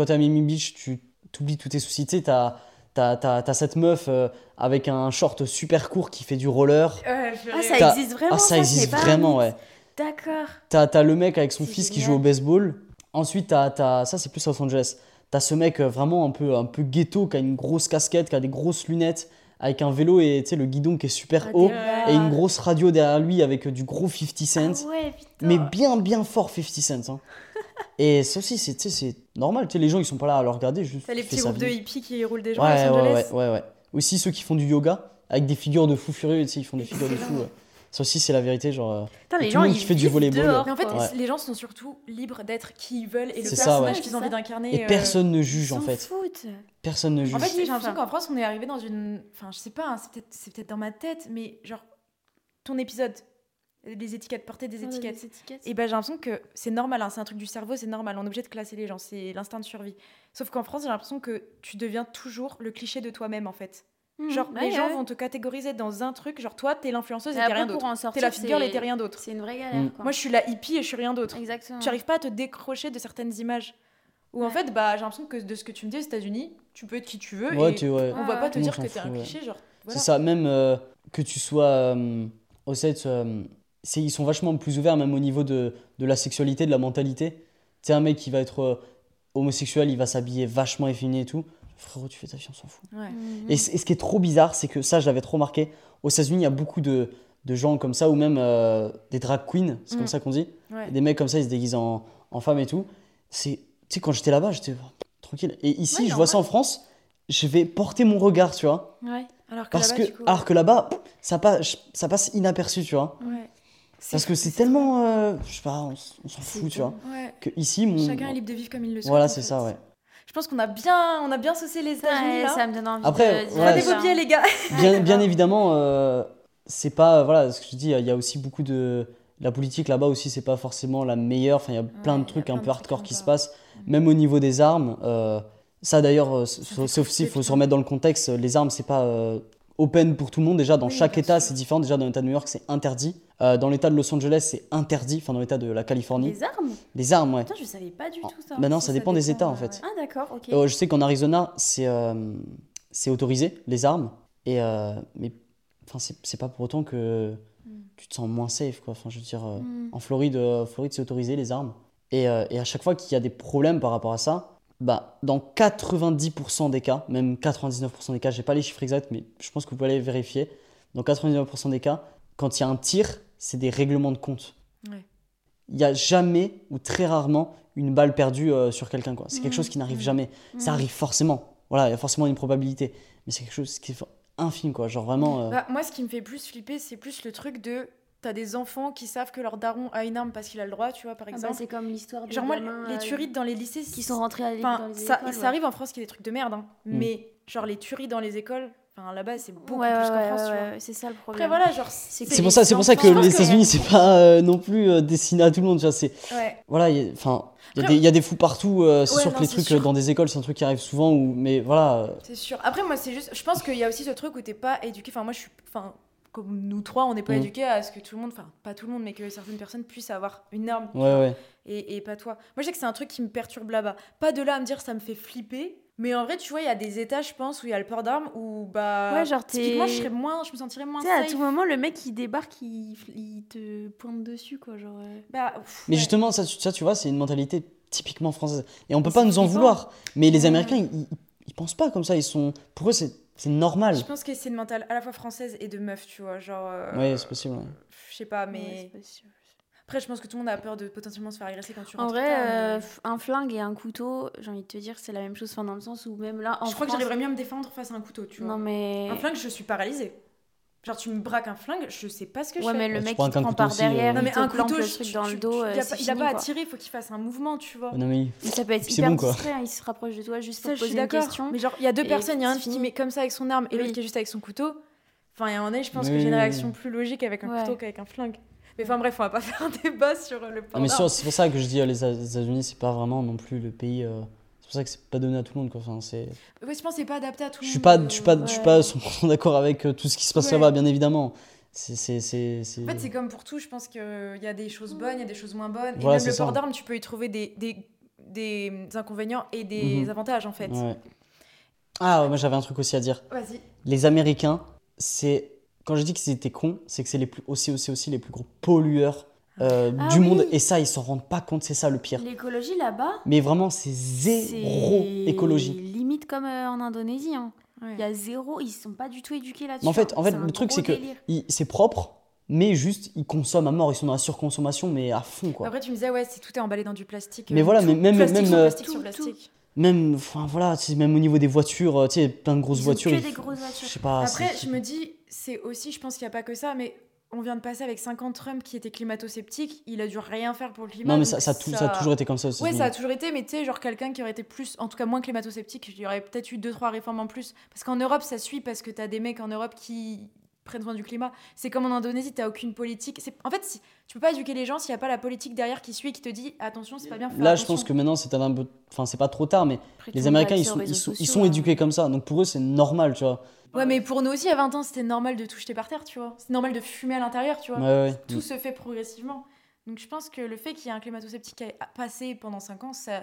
C: tu t'oublies tous tes soucis. Tu sais, t'as cette meuf avec un short super court qui fait du roller.
B: Ouais,
A: Ah, ça
C: T'as-
A: existe vraiment?
C: ça
A: je
C: existe
A: n'ai pas un
C: vraiment,
A: mythe.
C: ouais.
A: D'accord.
C: T'as le mec avec son
A: C'est
C: fils qui
A: génial.
C: joue au baseball. Ensuite, ça, c'est plus Los Angeles. T'as ce mec vraiment un peu ghetto qui a une grosse casquette, qui a des grosses lunettes, avec un vélo et tu sais, le guidon qui est super
A: Ah,
C: haut.
A: t'es
C: Et une
A: bad.
C: grosse radio derrière lui avec du gros 50
A: Ah
C: cents.
A: ouais, putain.
C: Mais bien fort 50 cents. Hein. Et ça aussi, c'est normal. Tu sais, les gens, ils sont pas là à le regarder. Juste,
B: T'as les
C: il fait
B: petits
C: sa
B: groupes de
C: vie.
B: hippies qui roulent des gens à
C: Ouais,
B: Los Angeles.
C: ouais. Aussi ceux qui font du yoga avec des figures de fous furieux. Tu sais, ils font des figures de fous. Ça aussi, c'est la vérité. Genre,
A: Putain,
C: et
A: les
C: tout le
A: gens,
C: monde
A: ils
C: qui fait du
A: vivent
C: volleyball.
A: dehors,
B: Mais en fait,
A: quoi.
C: Ouais.
B: les gens sont surtout libres d'être qui ils veulent et le
C: C'est ça,
B: personnage
C: ouais.
B: qu'ils
A: C'est
B: ont envie
A: ça.
B: d'incarner.
C: Et personne ne juge,
A: Ils
C: en
A: s'en
C: fait.
A: foutent.
C: Personne ne juge.
B: En fait, j'ai
A: Kiff.
B: l'impression qu'en France, on est arrivé dans une. Enfin, je sais pas, hein, c'est peut-être dans ma tête, mais genre, ton épisode, les étiquettes, porter des étiquettes. Et ben j'ai l'impression que c'est normal, hein, c'est un truc du cerveau, c'est normal, on est obligé de classer les gens, c'est l'instinct de survie. Sauf qu'en France, j'ai l'impression que tu deviens toujours le cliché de toi-même en fait. Genre, les gens vont te catégoriser dans un truc, genre toi, t'es l'influenceuse et t'es rien d'autre. T'es la figure et t'es rien d'autre.
A: C'est une vraie galère,
C: Mm.
A: quoi.
B: Moi, je suis la hippie et je suis rien d'autre.
A: Exactement.
B: Tu n'arrives pas à te décrocher de certaines images. Ou en
A: Ouais.
B: fait, bah, j'ai l'impression que de ce que tu me dis aux États-Unis, tu peux être qui tu veux
C: Ouais,
B: et
C: ouais.
B: on va pas te
C: Tout le
B: dire
C: monde
B: que
C: s'en
B: t'es un
C: fout, ouais.
B: cliché, genre.
C: C'est
B: Voilà.
C: ça, même que tu sois au set, ils sont vachement plus ouverts, même au niveau de la sexualité, de la mentalité. Tu sais, un mec qui va être homosexuel, il va s'habiller vachement efféminé et tout. frérot, tu fais ta vie, on s'en fout.
B: Ouais.
C: Et ce qui est trop bizarre, c'est que ça, je l'avais trop remarqué. Aux États-Unis, il y a beaucoup de gens comme ça, ou même des drag queens, c'est comme ça qu'on dit.
B: Ouais.
C: Des mecs comme ça, ils se déguisent en femmes et tout. Tu sais, quand j'étais là-bas, j'étais tranquille. Et ici,
B: Ouais,
C: je vois ça en France, je vais porter mon regard, tu vois.
A: Ouais.
C: Alors que là-bas, ça passe inaperçu, tu vois.
B: Ouais.
C: Parce que c'est tellement. Je sais pas, on s'en fout, tu vois.
B: Ouais.
C: Que ici,
B: Chacun est libre de vivre comme il le souhaite.
C: Voilà,
B: en
C: c'est
B: fait.
C: ça, ouais.
B: Je pense qu'on a bien saucé les États-Unis
A: Ouais,
B: là.
A: ça me donne envie
C: Après,
A: de
C: voilà,
B: Prenez vos billets, les gars.
C: Bien évidemment, c'est pas. Voilà, ce que je dis, il y a aussi beaucoup de. La politique là-bas aussi, c'est pas forcément la meilleure. Enfin, il y a plein de trucs un peu hardcore qui se passent. Même au niveau des armes. Ça d'ailleurs, sauf s'il faut se remettre dans le contexte, les armes, c'est pas open pour tout le monde. Déjà, dans chaque
B: bien
C: état,
B: sûr.
C: c'est différent. Déjà, dans l'état de New York, c'est interdit. Dans l'état de Los Angeles, c'est interdit. Enfin, dans l'état de la Californie.
A: Les armes?
C: Les armes, ouais.
A: Putain, je savais pas du tout ça.
C: Bah non,
B: Si,
C: ça dépend des états en
B: ouais.
C: fait.
A: Ah d'accord, ok.
C: Je sais qu'en Arizona, c'est autorisé, les armes. Mais enfin, c'est pas pour autant que tu te sens moins safe, quoi. Enfin, je veux dire, en Floride, c'est autorisé, les armes. Et à chaque fois qu'il y a des problèmes par rapport à ça, bah, dans 90% des cas, même 99% des cas, j'ai pas les chiffres exacts, mais je pense que vous pouvez aller vérifier. Dans 99% des cas, quand il y a un tir, c'est des règlements de compte.
B: Ouais.
C: Il n'y a jamais ou très rarement une balle perdue sur quelqu'un, quoi. C'est quelque chose qui n'arrive jamais. Ça arrive forcément. Voilà, il y a forcément une probabilité. Mais c'est quelque chose qui est infime, quoi. Genre vraiment.
B: Bah, moi, ce qui me fait plus flipper, c'est plus le truc de. T'as des enfants qui savent que leur daron a une arme parce qu'il a le droit, tu vois, par
A: Ah bah,
B: exemple.
A: c'est comme l'histoire de
B: Genre, moi,
A: gamins,
B: les tueries dans les lycées.
A: qui sont rentrés
B: Enfin,
A: dans les
B: ça,
A: écoles.
B: ça
A: ouais.
B: arrive en France qu'il y a des trucs de merde, hein. Mais genre, les tueries dans les écoles, enfin, là-bas, c'est beaucoup
A: Ouais,
B: plus
A: ouais,
B: qu'en France, tu vois.
A: ouais, c'est ça le problème.
B: Après, voilà, genre.
C: C'est pour ça que
B: enfants.
C: les États-Unis, c'est pas non plus destiné à tout le monde. Tu vois,
B: Ouais.
C: voilà, il y a des fous partout. C'est sûr que
B: non,
C: les
B: c'est
C: trucs
B: sûr.
C: dans des écoles, c'est un truc qui arrive souvent. Mais voilà.
B: C'est sûr. Après, moi, c'est juste. Je pense qu'il y a aussi ce truc où t'es pas éduqué. Enfin, moi, je suis. Enfin, comme nous trois, on n'est pas éduqués à ce que tout le monde. Enfin, pas tout le monde, mais que certaines personnes puissent avoir une arme. tu vois.
C: Ouais.
B: Et pas toi. Moi, je sais que c'est un truc qui me perturbe là-bas. Pas de là à me dire ça me fait flipper. Mais en vrai, tu vois, il y a des états, je pense, où il y a le port d'armes, où bah.
A: Ouais, genre,
B: typiquement, je me sentirais moins
A: Tu sais, à
B: safe.
A: tout moment, le mec il débarque, il te pointe dessus, quoi. Genre,
B: Bah,
C: Mais
B: ouais.
C: justement, ça, tu vois, c'est une mentalité typiquement française. Et on peut
B: Mais
C: pas
B: c'est
C: nous en
B: flippant.
C: vouloir. Mais les
B: Ouais.
C: Américains, ils pensent pas comme ça. Pour eux, c'est normal.
B: Je pense que c'est une mentale à la fois française et de meuf, tu vois. Genre.
C: Ouais, c'est possible. Ouais.
B: Je sais pas, mais.
A: ouais, c'est possible.
B: Après, je pense que tout le monde a peur de potentiellement se faire agresser quand tu
A: En
B: rentres.
A: vrai,
B: tard, mais-
A: un flingue et un couteau, j'ai envie de te dire, c'est la même chose. Enfin, dans le sens où même là, en
B: je crois que
A: France-
B: j'arriverais mieux à me défendre face à un couteau, tu vois.
A: Non, mais.
B: Un flingue, je suis paralysée. Genre, tu me braques un flingue, je sais pas ce que je
A: Ouais,
B: fais.
A: mais le
C: Ouais, tu
A: mec
C: prends
A: il te
C: un
A: prend
C: couteau
A: par
C: aussi,
A: derrière,
B: Non,
A: il
B: mais
A: te
B: un
A: plante
B: couteau,
A: le truc dans le dos.
B: il a
A: c'est
B: pas
A: fini,
B: à
A: quoi.
B: tirer, il faut qu'il fasse un mouvement, tu vois.
C: Non, mais
A: Mais ça peut être
C: C'est
A: hyper
C: bon, quoi.
A: discret, hein, il se rapproche de toi juste
B: Ça,
A: pour
B: je suis
A: poser une
B: d'accord.
A: question.
B: Mais genre, il y a deux
A: Et
B: personnes, il y a un
A: c'est
B: qui
A: fini.
B: met comme ça avec son arme et l'autre
A: Oui.
B: qui est juste avec son couteau. Enfin, il y a un moment, je pense que
C: Oui.
B: j'ai une réaction plus logique avec un
A: Ouais.
B: couteau qu'avec un flingue. Mais enfin, bref, on va pas faire un débat sur le port
C: mais
B: d'armes.
C: c'est pour ça que je dis les États-Unis, c'est pas vraiment non plus le pays. C'est pour ça que c'est pas donné à tout le monde, quoi. Enfin, c'est.
B: Ouais, je pense que c'est pas adapté à tout le
C: Je
B: monde.
C: suis pas 100% d'accord avec tout ce qui se passe
B: Ouais.
C: là-bas, bien évidemment. C'est.
B: En fait, c'est comme pour tout, je pense qu'il y a des choses bonnes, il y a des choses moins bonnes. Et
C: Voilà,
B: même
C: c'est
B: le port
C: ça.
B: d'armes, tu peux y trouver des inconvénients et des
C: Mhm.
B: avantages, en fait.
C: Ouais. Ah, ouais, moi j'avais un truc aussi à dire.
B: Vas-y.
C: Les Américains, c'est. Quand je dis qu'ils étaient cons, c'est que c'est aussi les plus gros pollueurs
A: Ah
C: du
A: oui.
C: monde. Et ça, ils s'en rendent pas compte, c'est ça le pire.
A: L'écologie là-bas,
C: Mais vraiment, c'est zéro
A: c'est
C: écologie.
A: limite comme en Indonésie. Hein.
B: Ouais.
A: Il y a zéro, ils sont pas du tout éduqués là-dessus.
C: Mais en fait,
A: hein. C'est un
C: le truc,
A: gros
C: c'est que
A: délire.
C: c'est propre, mais juste, ils consomment à mort. Ils sont dans la surconsommation, mais à fond, quoi.
B: Après, tu me disais, ouais, tout est emballé dans du plastique.
C: Mais voilà,
B: tout,
C: mais même-
B: plastique
C: même,
B: sur plastique
A: tout,
B: sur plastique.
C: Même, enfin, voilà, même au niveau des voitures, tu sais, plein de grosses
A: Ils ont
C: voitures.
A: que
C: ils-
A: des grosses voitures.
C: Je sais pas.
B: Après,
C: c'est-
B: je me dis, c'est aussi, je pense qu'il n'y a pas que ça, mais on vient de passer avec 50 Trump qui était climato-sceptique. Il a dû rien faire pour le climat.
C: Non, mais
B: donc
C: ça a toujours été comme ça aussi.
B: Ouais, ça a toujours été, mais tu sais, genre quelqu'un qui aurait été plus, en tout cas moins climato-sceptique, il y aurait peut-être eu 2-3 réformes en plus. Parce qu'en Europe, ça suit parce que t'as des mecs en Europe qui prennent soin du climat. C'est comme en Indonésie, t'as aucune politique. En fait, tu peux pas éduquer les gens s'il n'y a pas la politique derrière qui suit et qui te dit attention, c'est pas bien.
C: Là, je pense que maintenant, c'est un peu. Enfin, c'est pas trop tard, mais
A: Après, tout
C: les
A: le monde a
C: Américains,
A: accès aux réseaux
C: ils
A: sociaux,
C: sont
A: hein.
C: éduqués comme ça. Donc pour eux, c'est normal, tu vois.
B: Ouais, mais pour nous aussi, à 20 ans, c'était normal de tout jeter par terre, tu vois. C'est normal de fumer à l'intérieur, tu vois.
C: Ouais.
B: Tout se fait progressivement. Donc je pense que le fait qu'il y ait un climato-sceptique qui a passé pendant 5 ans, ça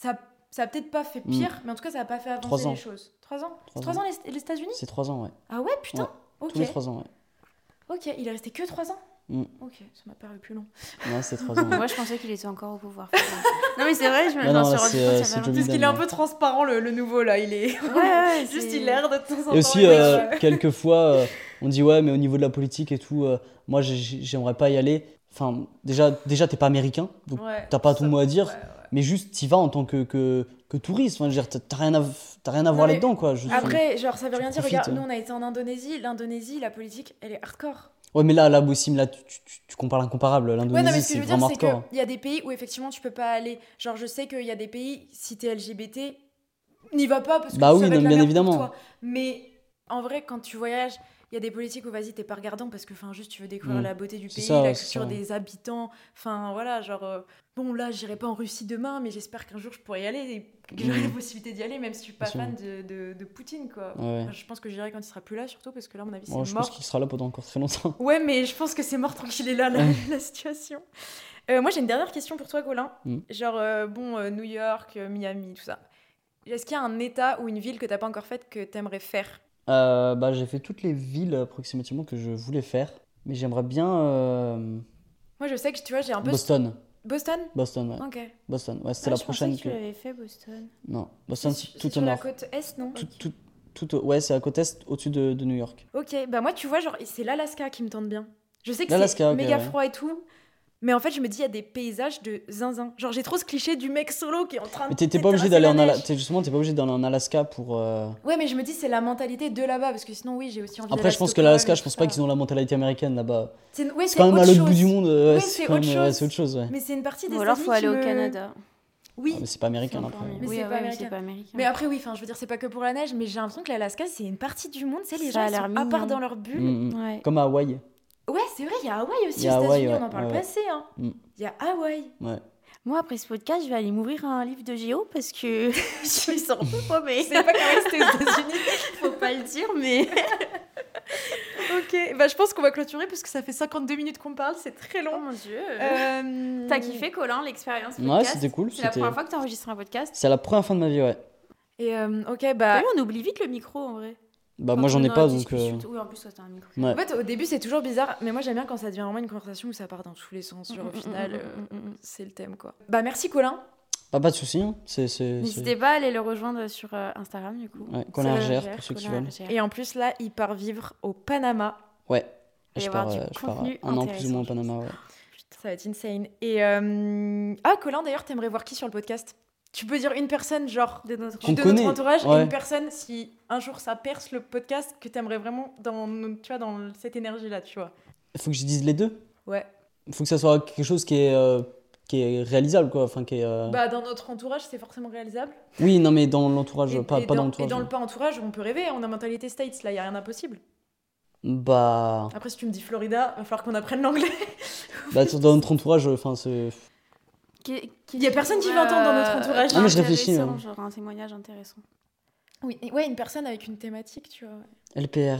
B: a peut-être pas fait pire, mais en tout cas, ça a pas fait
C: 3
B: avancer
C: ans.
B: les choses. 3 ans
C: 3
B: les États-Unis
C: C'est 3 ans, ouais.
B: Ah ouais, putain
C: Ouais.
B: Ok.
C: Tous les 3 ans, ouais.
B: Ok, il est resté que 3 ans Ok, ça m'a paru plus long.
C: Non, c'est 3 ans.
A: Moi, je pensais qu'il était encore au pouvoir. Non, mais c'est vrai, je me
C: Non, non,
A: suis rendu compte il y a
C: c'est
A: pas
C: Joe
A: longtemps.
B: Parce qu'il est un peu transparent, le nouveau, là. Il est
A: Ouais,
B: juste
A: c'est-
B: hilaire de temps en temps.
C: Et aussi, quelquefois, on dit ouais, mais au niveau de la politique et tout, moi, j'aimerais pas y aller. Enfin, déjà t'es pas américain, donc
B: Ouais,
C: t'as pas tout
B: ça-
C: le mot à dire.
B: ouais.
C: Mais juste, t'y vas en tant que touriste. Enfin, je veux dire, t'as rien à
B: Non,
C: voir
B: mais
C: là-dedans, quoi. Juste,
B: Après, genre, ça veut
C: tu
B: rien dire.
C: profites,
B: Regarde,
C: ouais.
B: nous, on a été en Indonésie. L'Indonésie, la politique, elle est hardcore.
C: ouais, mais là, Boussim, là, tu compares l'incomparable.
B: Ouais, non, mais
C: L'Indonésie,
B: ce que
C: c'est
B: je veux dire,
C: vraiment
B: c'est
C: hardcore.
B: qu'il y a des pays où effectivement tu peux pas aller. Genre, je sais qu'il y a des pays, si t'es LGBT, n'y va pas parce que
C: Bah
B: ça
C: oui,
B: va être
C: non,
B: la
C: bien
B: merde
C: évidemment.
B: pour toi. Mais en vrai, quand tu voyages, il y a des politiques où vas-y, t'es pas regardant parce que, enfin, juste tu veux découvrir la beauté du
C: C'est
B: pays,
C: ça,
B: la
C: c'est
B: culture
C: ça.
B: des habitants. Enfin, voilà, genre, bon, là, j'irai pas en Russie demain, mais j'espère qu'un jour je pourrai y aller et que j'aurai la possibilité d'y aller, même si je suis pas
C: Bien sûr.
B: fan de Poutine, quoi.
C: Ouais.
B: Enfin, je pense que j'irai quand il sera plus là, surtout parce que là, à mon avis, c'est
C: Moi, je pense
B: mort.
C: qu'il sera là pendant encore très longtemps.
B: Ouais, mais je pense que c'est mort tant qu'il est là, la situation. Moi, j'ai une dernière question pour toi, Colin. Genre, New York, Miami, tout ça. Est-ce qu'il y a un état ou une ville que t'as pas encore faite que t'aimerais faire?
C: Bah, j'ai fait toutes les villes approximativement que je voulais faire. Mais j'aimerais bien
B: Moi, je sais que, tu vois, j'ai un peu...
C: Boston.
B: Boston?
C: Boston, ouais.
B: Ok.
C: Boston, ouais, c'était
A: Ah,
C: la
A: je
C: prochaine
A: pensais que
C: que.
A: tu l'avais fait, Boston.
C: Non, Boston, c'est
B: C'est
C: tout
B: sur
C: au
B: la
C: nord.
B: côte est, non?
C: Ouais, c'est à côte est, au-dessus de New York.
B: Ok, bah moi, tu vois, genre, c'est l'Alaska qui me tente bien. Je sais que c'est
C: L'Alaska, ok,
B: méga
C: ouais.
B: froid et tout, mais en fait, je me dis, il y a des paysages de zinzin. Genre, j'ai trop ce cliché du mec solo qui est en train de
C: Mais t'es pas obligé
B: terrasser
C: d'aller
B: la
C: en
B: neige.
C: Justement, t'es pas obligé d'aller en Alaska pour.
B: Ouais, mais je me dis, c'est la mentalité de là-bas, parce que sinon, oui, j'ai aussi envie d'aller
C: Après,
B: à
C: je pense que
B: Stockholm
C: l'Alaska,
B: et
C: je
B: tout
C: pense pas
B: ça.
C: qu'ils ont la mentalité américaine là-bas.
B: Ouais,
C: C'est quand même à
B: autre
C: l'autre bout
B: chose.
C: du monde.
B: Ouais,
C: C'est
B: c'est
C: quand
B: autre
C: même-
B: chose.
C: ouais, c'est autre chose, ouais.
B: Mais c'est une partie des
A: Ou alors,
B: États-Unis
A: faut aller
B: qui
A: au
B: me-
A: Canada.
B: Oui.
C: Ah, mais c'est pas américain
A: C'est
C: après.
A: encore mieux.
B: Mais
A: Oui,
B: c'est
A: ouais,
B: pas
A: ouais,
B: américain.
A: c'est pas américain.
B: Mais après, oui, enfin, je veux dire, c'est pas que pour la neige, mais j'ai l'impression que l'Alaska, c'est une partie du monde, tu sais, les
A: Ça
B: gens,
A: a
B: ils
A: l'air
B: sont à part
A: mignon.
B: dans leur bulle.
A: Ouais.
C: Comme à Hawaï.
B: Ouais, c'est vrai, il y a Hawaï aussi
C: Il y a
B: aux
C: Hawaï,
B: États-Unis, on
C: ouais,
B: en parle
C: ouais,
B: pas
C: ouais.
B: assez, hein. Il y a Hawaï.
C: Ouais.
A: Moi, après ce podcast, je vais aller m'ouvrir un livre de géo parce que je suis un peu paumée.
B: C'est pas qu'Hawaï, c'était aux États-Unis.
A: Faut pas le dire, mais.
B: Ok, bah je pense qu'on va clôturer parce que ça fait 52 minutes qu'on parle, c'est très
A: Oh
B: long.
A: mon dieu.
B: Euh,
A: T'as kiffé, Colin, l'expérience podcast?
C: Ouais, c'était cool.
A: C'est la première fois que t'enregistres un podcast?
C: C'est la première fois de ma vie, ouais.
B: Et ok,
A: T'as
B: bah.
A: vu, on oublie vite le micro en vrai.
C: Bah,
A: Quand
C: moi,
A: on
C: j'en
A: est
C: ai
A: dans
C: pas
A: la
C: donc.
A: discussion, Oui, en plus, toi, t'as un micro.
C: Ouais.
B: En fait, au début, c'est toujours bizarre, mais moi j'aime bien quand ça devient vraiment une conversation où ça part dans tous les sens. Genre, au final, c'est le thème, quoi. Bah, merci, Colin.
C: Pas de soucis. Hein.
A: N'hésitez pas à aller le rejoindre sur Instagram, du coup.
C: Ouais, Colin RGR, pour ceux qui
A: Colin
C: veulent.
A: RGR.
B: Et en plus, là, il part vivre au Panama.
C: Ouais.
A: Et
C: Je
A: avoir
C: pars,
A: du
C: je pars
A: contenu
C: un an plus ou moins au
A: intéressant,
C: Panama, ouais.
B: Ça va être insane. Et Colin, d'ailleurs, t'aimerais voir qui sur le podcast? Tu peux dire une personne, genre,
A: De notre
C: Qu'on
B: de
C: connaît,
B: notre entourage, et
C: ouais.
B: une personne, si un jour ça perce le podcast, que t'aimerais vraiment tu vois, dans cette énergie-là, tu vois.
C: Il faut que je dise les deux.
B: Ouais.
C: Il faut que ça soit quelque chose qui est réalisable, quoi. Enfin, qui est,
B: Bah, dans notre entourage, c'est forcément réalisable.
C: Oui, non, mais dans l'entourage, pas dans
B: Et
C: l'entourage.
B: dans le pas entourage, on peut rêver, on a mentalité States, là, il a rien d'impossible.
C: Bah,
B: Après, si tu me dis Florida, va falloir qu'on apprenne l'anglais.
C: dans notre entourage, enfin, c'est.
B: Il y a personne qui veut entendre dans notre entourage.
C: Ah, mais je réfléchis,
A: Intéressant,
C: hein.
A: genre un témoignage intéressant.
B: Oui, ouais, une personne avec une thématique, tu vois.
C: LPR.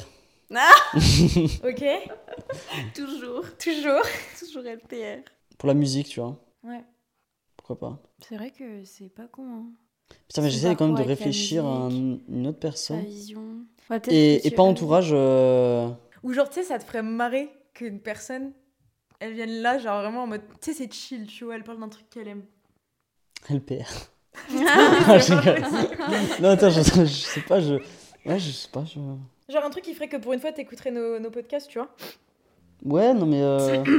B: Ok,
A: Toujours.
B: toujours.
A: Toujours LPR.
C: Pour la musique, tu vois.
B: Ouais.
C: Pourquoi pas.
A: C'est vrai que c'est pas con, hein.
C: Putain, mais
A: Son
C: j'essaie quand même de
A: parcours avec la
C: réfléchir à
A: musique.
C: une autre
A: Sa
C: personne.
A: vision. Ouais, peut-être que
C: Et
A: tu
C: pas
A: as-
C: entourage.
B: Ou genre, tu sais, ça te ferait marrer qu'une personne, elle vienne là, genre vraiment en mode, tu sais, c'est chill, tu vois, elle parle d'un truc qu'elle aime.
C: LPR.
B: Ah,
C: Je rigole. Non, attends, je sais pas, Ouais, je sais pas,
B: Genre un truc qui ferait que pour une fois, t'écouterais nos podcasts, tu vois.
C: Ouais, non, mais.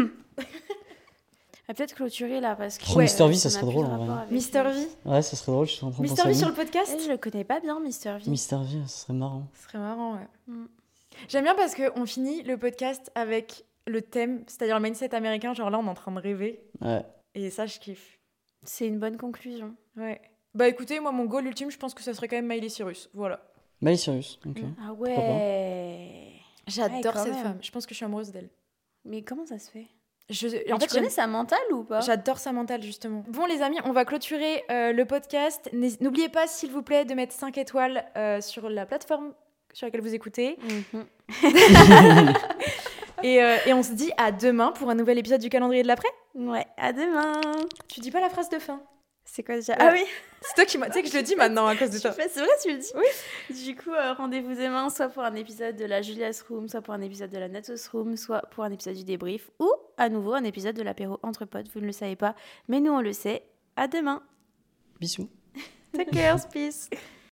A: Ah, peut-être clôturer là parce que.
C: Oh, Mr. V, ça
A: n'a
C: serait
A: plus
C: drôle,
A: de
C: en
A: rapport
C: vrai.
A: avec
B: Mister
A: lui.
B: V.
C: Ouais, ça serait drôle, je suis en train de penser
B: Mister
C: à
B: V
C: lui.
B: sur le podcast.
A: Je le connais pas bien, Mr. V.
C: Mister V, ça serait marrant.
B: Ce serait marrant, ouais.
A: Mm.
B: J'aime bien parce qu'on finit le podcast avec le thème, c'est-à-dire le mindset américain. Genre là, on est en train de rêver.
C: Ouais.
B: Et ça, je kiffe.
A: C'est une bonne conclusion.
B: Ouais. Bah écoutez, moi, mon goal ultime, je pense que ça serait quand même Miley Cyrus. Voilà.
C: Miley Cyrus, ok.
A: Ah
C: pas
A: ouais.
B: J'adore
A: quand
B: cette
A: même.
B: femme. Je pense que je suis amoureuse d'elle.
A: Mais comment ça se fait?
B: En fait,
A: tu connais sa mentale ou pas?
B: j'adore sa mentale, justement. Bon, les amis, on va clôturer le podcast. N'oubliez pas, s'il vous plaît, de mettre 5 étoiles sur la plateforme sur laquelle vous écoutez.
A: Mhm.
B: Et on se dit à demain pour un nouvel épisode du calendrier de l'après.
A: Ouais, à demain.
B: Tu dis pas la phrase de fin.
A: C'est quoi déjà?
B: Ouais.
A: Ah oui,
B: C'est toi qui m'as... Tu sais que je le dis maintenant à cause de toi.
A: c'est vrai, tu le dis. Oui. Du coup, rendez-vous demain, soit pour un épisode de la Julia's Room, soit pour un épisode de la Natos Room, soit pour un épisode du débrief, ou à nouveau un épisode de l'apéro entre potes. Vous ne le savez pas, mais nous on le sait. À demain.
C: Bisous.
A: Take care, peace.